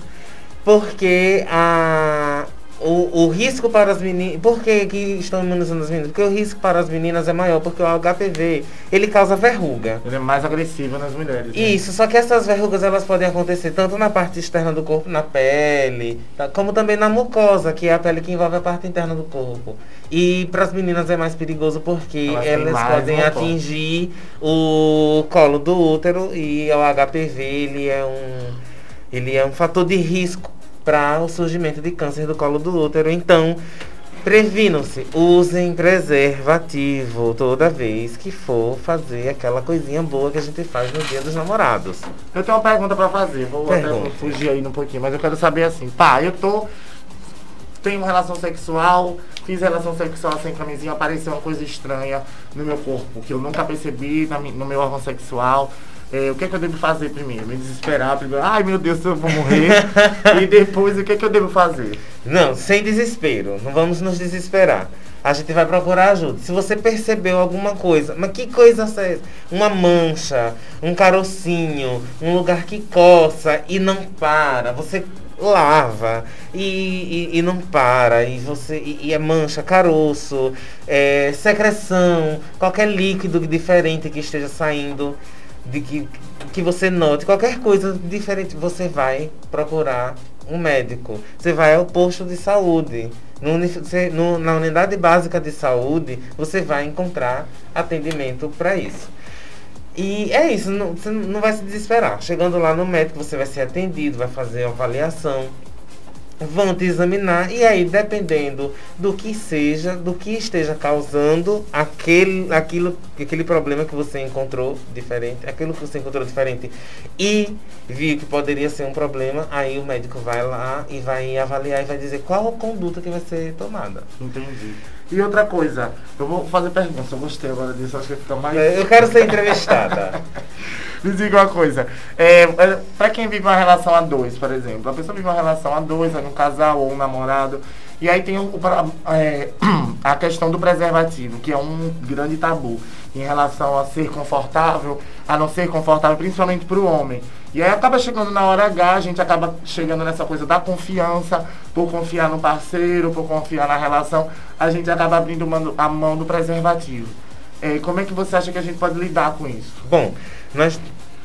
Porque a, o, o risco para as meninas... Por que, que estão imunizando as meninas? Porque o risco para as meninas é maior, porque o H P V, ele causa verruga. Ele é mais agressivo nas mulheres. Né? Isso, só que essas verrugas elas podem acontecer tanto na parte externa do corpo, na pele, tá? Como também na mucosa, que é a pele que envolve a parte interna do corpo. E para as meninas é mais perigoso porque elas, elas podem atingir o colo do útero, e o H P V ele é um, ele é um fator de risco para o surgimento de câncer do colo do útero. Então, previnam-se, usem preservativo toda vez que for fazer aquela coisinha boa que a gente faz no Dia dos Namorados. Eu tenho uma pergunta pra fazer, vou Pergunta. até fugir aí um pouquinho, mas eu quero saber assim, pá, eu tô, tenho uma relação sexual, fiz relação sexual sem camisinha, apareceu uma coisa estranha no meu corpo, que eu nunca percebi na, no meu órgão sexual. É, o que é que eu devo fazer primeiro? Me desesperar primeiro, ai meu Deus, eu vou morrer. E depois, o que é que eu devo fazer? Não, sem desespero, não vamos nos desesperar. A gente vai procurar ajuda. Se você percebeu alguma coisa, mas que coisa é essa? Uma mancha, um carocinho, um lugar que coça e não para, você lava e, e, e não para, e você e, e é mancha, caroço, é, secreção, qualquer líquido diferente que esteja saindo, de que, que você note, qualquer coisa diferente, você vai procurar um médico. Você vai ao posto de saúde. No, você, no, na unidade básica de saúde, você vai encontrar atendimento para isso. E é isso, não, você não vai se desesperar. Chegando lá no médico, você vai ser atendido, vai fazer uma avaliação, vão te examinar, e aí, dependendo do que seja, do que esteja causando aquele, aquilo, aquele problema que você encontrou diferente, aquilo que você encontrou diferente e viu que poderia ser um problema, aí o médico vai lá e vai avaliar e vai dizer qual a conduta que vai ser tomada. Entendi. E outra coisa, eu vou fazer perguntas, eu gostei agora disso, acho que fica mais... Eu quero ser entrevistada. Me diga uma coisa, é, pra quem vive uma relação a dois, por exemplo, a pessoa vive uma relação a dois, é um casal ou um namorado, e aí tem o, é, a questão do preservativo, que é um grande tabu em relação a ser confortável, a não ser confortável, principalmente pro homem. E aí acaba chegando na hora H, a gente acaba chegando nessa coisa da confiança, por confiar no parceiro, por confiar na relação, a gente acaba abrindo uma, a mão do preservativo. É, como é que você acha que a gente pode lidar com isso? Bom, nós,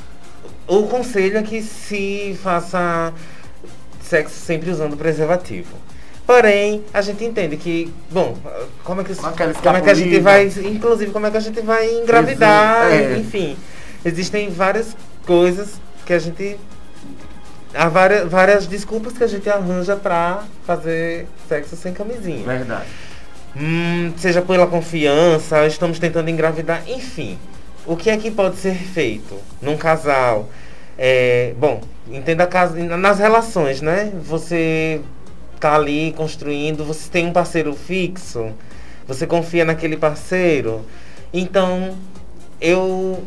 o conselho é que se faça sexo sempre usando preservativo. Porém, a gente entende que, bom, como é que, como é que a gente vai, inclusive como é que a gente vai engravidar, é. enfim. Existem várias coisas porque a gente... Há várias, várias desculpas que a gente arranja pra fazer sexo sem camisinha. Verdade. Hum, seja pela confiança, estamos tentando engravidar, enfim. O que é que pode ser feito num casal? É, bom, entenda casa, nas relações, né? Você tá ali construindo, você tem um parceiro fixo, você confia naquele parceiro. Então, eu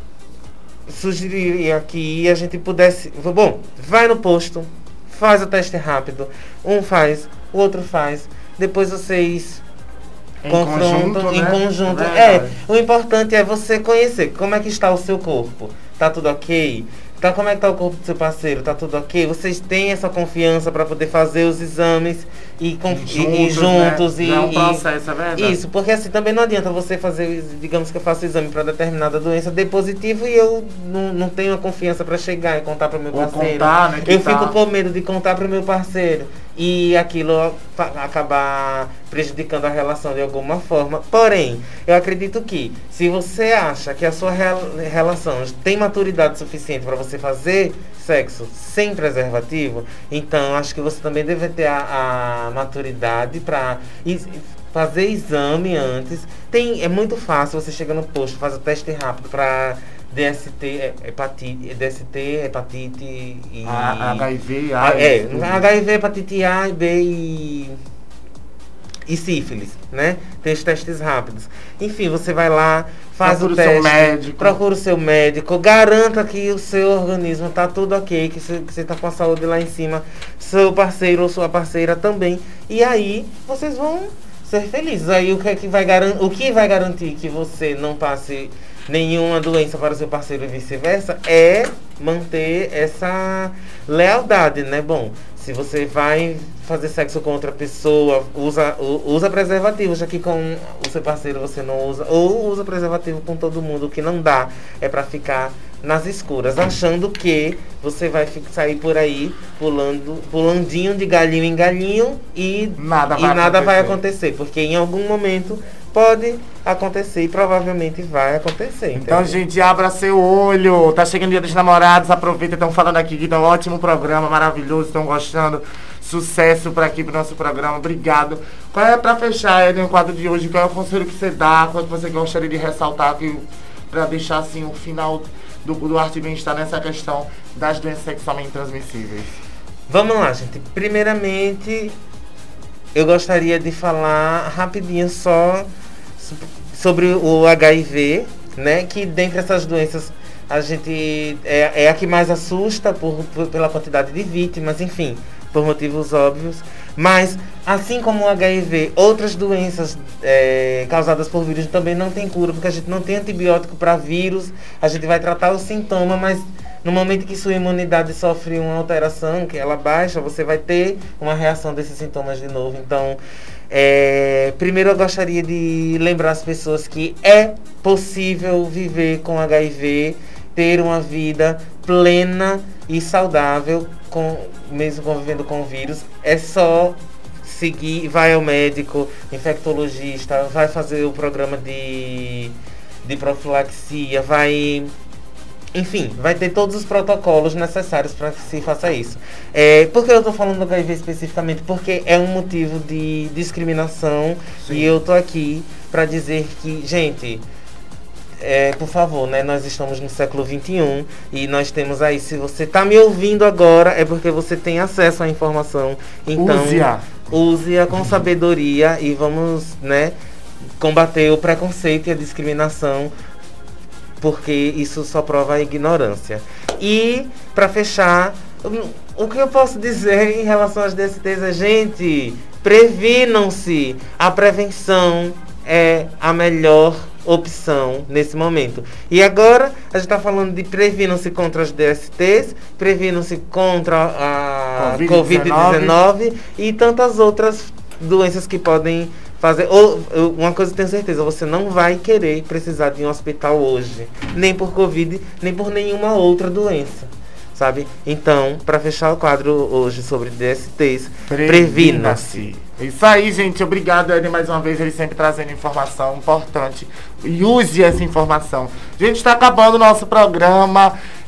sugeriria que a gente pudesse... Bom, vai no posto, faz o teste rápido. Um faz, o outro faz. Depois vocês Em confrontam conjunto, em né? conjunto. Verdade. É, o importante é você conhecer como é que está o seu corpo. Tá tudo ok? Tá, como é que tá o corpo do seu parceiro? Tá tudo ok? Vocês têm essa confiança para poder fazer os exames e, conf- e, e juntos, né? e, Já é um e- processo, é verdade. Isso, porque assim também não adianta você fazer, digamos que eu faço exame para determinada doença, dê positivo e eu não, não tenho a confiança para chegar e contar para o meu Ou parceiro. contar, né, que eu tá. fico com medo de contar para o meu parceiro e aquilo fa- acabar prejudicando a relação de alguma forma. Porém, eu acredito que se você acha que a sua rel- relação tem maturidade suficiente para você fazer sexo sem preservativo, então acho que você também deve ter a, a maturidade para fazer exame antes. Tem, é muito fácil, você chega no posto, faz o teste rápido para D S T, é, hepatite, D S T, hepatite e... A- H I V, Ah, é, AIDS, tudo. H I V, hepatite A, B e... e sífilis, né? Tem os testes rápidos. Enfim, você vai lá, faz Procura o o seu teste, médico. procura o seu médico, garanta que o seu organismo tá tudo ok, que você, que você tá com a saúde lá em cima, seu parceiro ou sua parceira também. E aí, vocês vão ser felizes. Aí o que é que vai garantir, o que vai garantir que você não passe nenhuma doença para o seu parceiro e vice-versa é manter essa lealdade, né? Bom, se você vai fazer sexo com outra pessoa, usa, u- usa preservativo, já que com o seu parceiro você não usa, ou usa preservativo com todo mundo, o que não dá é pra ficar nas escuras, achando que você vai fi- sair por aí pulando, pulandinho de galinho em galinho e Nada e vai nada vai acontecer. acontecer, porque em algum momento pode acontecer e provavelmente vai acontecer. Então, entendeu? gente, abra seu olho. Tá chegando o Dia dos Namorados, aproveita, estão falando aqui que tá um ótimo programa, maravilhoso, estão gostando. Sucesso para aqui pro nosso programa, obrigado. Qual é, pra fechar, Eden, o quadro de hoje, qual é o conselho que você dá, qual é que você gostaria de ressaltar aqui, pra deixar assim o final do, do Arte e Bem-Estar nessa questão das doenças sexualmente transmissíveis? Vamos lá, gente. Primeiramente, eu gostaria de falar rapidinho só so- sobre o H I V, né? Que dentre essas doenças a gente é, é a que mais assusta por, por- pela quantidade de vítimas, enfim, por motivos óbvios. Mas, assim como o H I V, outras doenças é, causadas por vírus também não tem cura, porque a gente não tem antibiótico para vírus, a gente vai tratar o sintoma, mas no momento que sua imunidade sofre uma alteração, que ela baixa, você vai ter uma reação desses sintomas de novo. Então, é, primeiro eu gostaria de lembrar as pessoas que é possível viver com H I V, ter uma vida plena e saudável, com, mesmo convivendo com o vírus. É só seguir, vai ao médico, infectologista, vai fazer o programa de, de profilaxia, vai... Enfim, vai ter todos os protocolos necessários para que se faça isso. É, por que eu estou falando do H I V especificamente? Porque é um motivo de discriminação. Sim. E eu tô aqui para dizer que, gente, é, por favor, né, nós estamos no século vinte e um e nós temos aí, se você está me ouvindo agora, é porque você tem acesso à informação. Então, Use-a. use-a com sabedoria e vamos, né, combater o preconceito e a discriminação, porque isso só prova a ignorância. E, para fechar, o que eu posso dizer em relação às D S Ts é, gente, previnam-se. A prevenção é a melhor opção nesse momento. E agora, a gente está falando de previnam-se contra as D S Ts, previnam-se contra a covid dezenove e tantas outras doenças que podem fazer. Ou, uma coisa eu tenho certeza, você não vai querer precisar de um hospital hoje, nem por Covid, nem por nenhuma outra doença, sabe? Então, para fechar o quadro hoje sobre D S Ts, previna-se. Isso aí, gente. Obrigado, Eden, mais uma vez, ele sempre trazendo informação importante. E use essa informação. Gente, está acabando o nosso programa.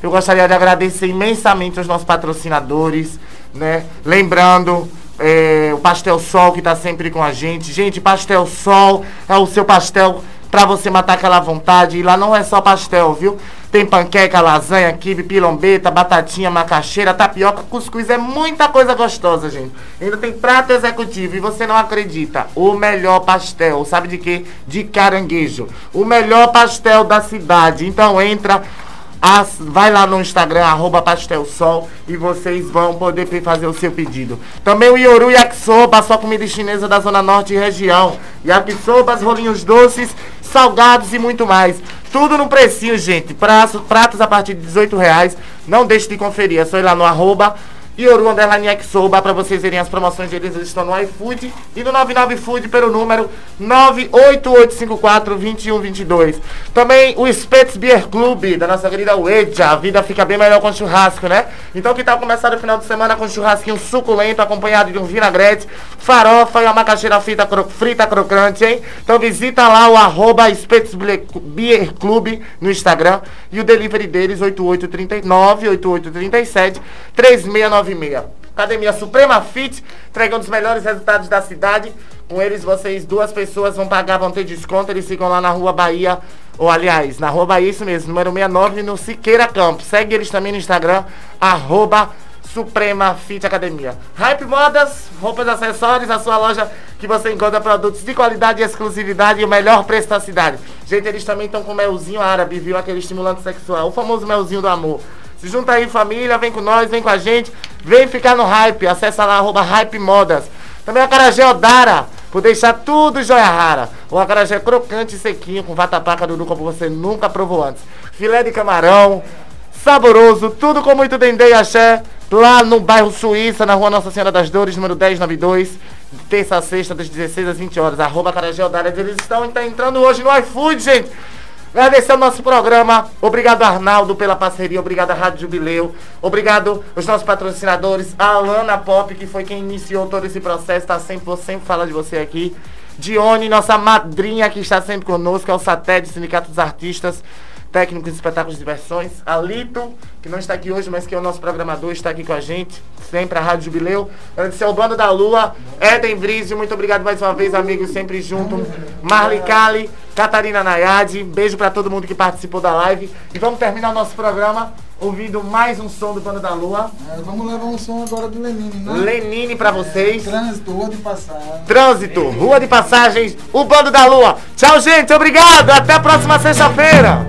Eu gostaria de agradecer imensamente aos nossos patrocinadores, né? Lembrando, é, o Pastel Sol, que está sempre com a gente. Gente, Pastel Sol é o seu pastel para você matar aquela vontade. E lá não é só pastel, viu? Tem panqueca, lasanha, quibe, pilombeta, batatinha, macaxeira, tapioca, cuscuz. É muita coisa gostosa, gente. Ainda tem prato executivo. E você não acredita. O melhor pastel. Sabe de quê? De caranguejo. O melhor pastel da cidade. Então entra... As, vai lá no Instagram, arroba Pastelsol, e vocês vão poder fazer o seu pedido. Também o Ioru Yakisoba, sua comida chinesa da Zona Norte e região. Yakisobas, rolinhos doces, salgados e muito mais. Tudo no precinho, gente. Pratos, pratos a partir de dezoito reais. Não deixe de conferir, é só ir lá no arroba Ioru Underline Yakisoba para vocês verem as promoções deles. Eles estão no iFood e no noventa e nove Food pelo número nove oito oito cinco quatro, dois um dois dois. Também o Spets Beer Club da nossa querida Ueja. A vida fica bem melhor com churrasco, né? Então que tal começar o final de semana com um churrasquinho suculento acompanhado de um vinagrete, farofa e uma macaxeira frita, cro frita crocante, hein? Então visita lá o arroba Spets Beer Club no Instagram e o delivery deles oito oito três nove, oito oito três sete, três seis nove. Academia Suprema Fit, entregando os melhores resultados da cidade. Com eles, vocês, duas pessoas vão pagar, vão ter desconto. Eles ficam lá na Rua Bahia, ou aliás, na Rua Bahia, isso mesmo, número sessenta e nove, no Siqueira Campos. Segue eles também no Instagram, arroba Suprema Fit Academia. Hype Modas, roupas e acessórios, a sua loja que você encontra produtos de qualidade e exclusividade e o melhor preço da cidade. Gente, eles também estão com melzinho árabe, viu? Aquele estimulante sexual, o famoso melzinho do amor. Se junta aí, família, vem com nós, vem com a gente, vem ficar no hype, acessa lá, arroba Hype Modas. Também a acarajé Odara, por deixar tudo joia rara. O acarajé crocante e sequinho, com vatapá Dudu, como você nunca provou antes. Filé de camarão, saboroso, tudo com muito dendê e axé, lá no bairro Suíça, na rua Nossa Senhora das Dores, número dez noventa e dois, terça a sexta, das dezesseis às vinte horas, arroba acarajé Odara. Eles estão tá entrando hoje no iFood, gente. Agradecer o nosso programa, obrigado Arnaldo pela parceria, obrigado a Rádio Jubileu, obrigado os nossos patrocinadores, a Alana Pop, que foi quem iniciou todo esse processo, tá sempre, vou sempre falar de você aqui, Dione, nossa madrinha que está sempre conosco, é o SATED, Sindicato dos Artistas, Técnicos de Espetáculos e Diversões, a Lito, que não está aqui hoje, mas que é o nosso programador, está aqui com a gente, sempre a Rádio Jubileu. Agradecer ao Bando da Lua, Eden Brizio, muito obrigado mais uma vez, amigos, sempre junto. Marli Kali, Catarina Nayade, beijo para todo mundo que participou da live. E vamos terminar o nosso programa ouvindo mais um som do Bando da Lua. É, vamos levar um som agora do Lenine, né? Lenine para vocês. É, trânsito, Rua de Passagem. Trânsito, Rua de Passagens, o Bando da Lua. Tchau, gente, obrigado, até a próxima sexta-feira.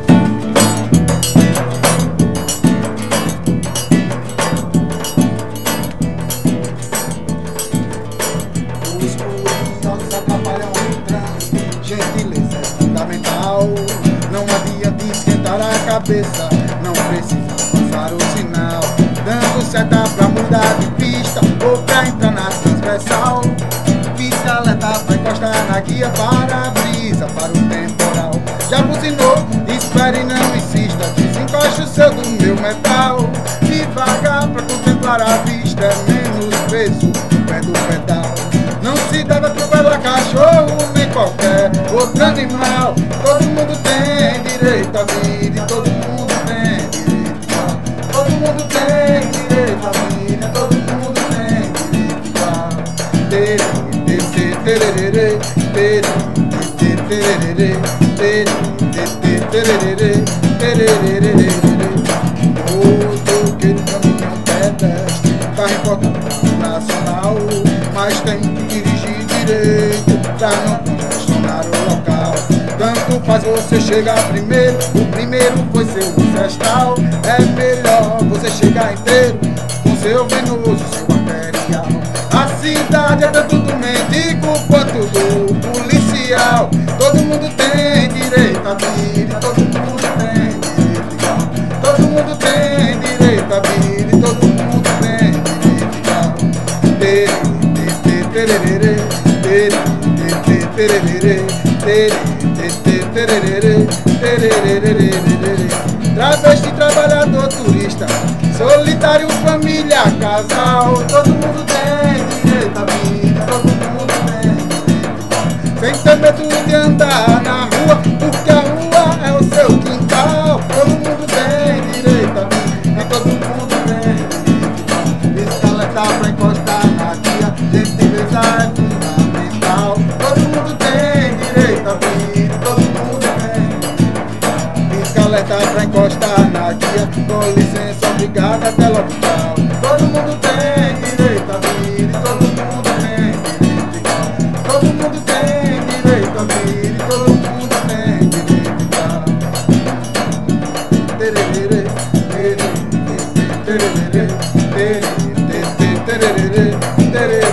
Não adianta esquentar a cabeça, não precisa passar o sinal, dando seta pra mudar de pista ou pra entrar na transversal. Pisca alerta pra encostar na guia para a brisa, para o temporal. Já buzinou, espere e não insista, desencoste o seu do meu metal. Devagar pra contemplar a vista, é menos peso no pé do pedal. Não se deve atropelar cachorro nem qualquer outro animal. Todo mundo tem direito à vida e todo mundo tem direito igual. Todo mundo tem direito à vida, todo mundo tem direito igual. Tere, tere, tererê, tere, tererê, tere, tererê, tererê. Motoqueiro, caminhão, pedestre, carro importante nacional, mas tem que dirigir direito pra não congestionar o local. Tanto faz você chegar primeiro, o primeiro foi seu ancestral. É melhor você chegar inteiro, com seu venoso, seu arterial. A cidade é tanto do mendigo quanto do policial. Todo mundo tem direito à vida, todo mundo tem direito igual. Todo mundo tem direito à vida, todo mundo tem direito igual. Tere, tere, tererê, tere, tere, tererê, tere, tererê, tererê. Travesti, trabalhador, turista, solitário, família, casal. Todo mundo tem direito à vida, todo mundo tem direito. Sem ter medo de andar na rua, porque a rua é o seu quintal. Todo mundo tem direito à vida. pra encostar na guia. Com licença, obrigado, até logo, tchau. Todo mundo tem direito à vida e todo mundo tem direito igual. Todo mundo tem direito à vida e todo mundo tem direito igual. Tererê, tererê, tererê, tererê, tererê, tererê.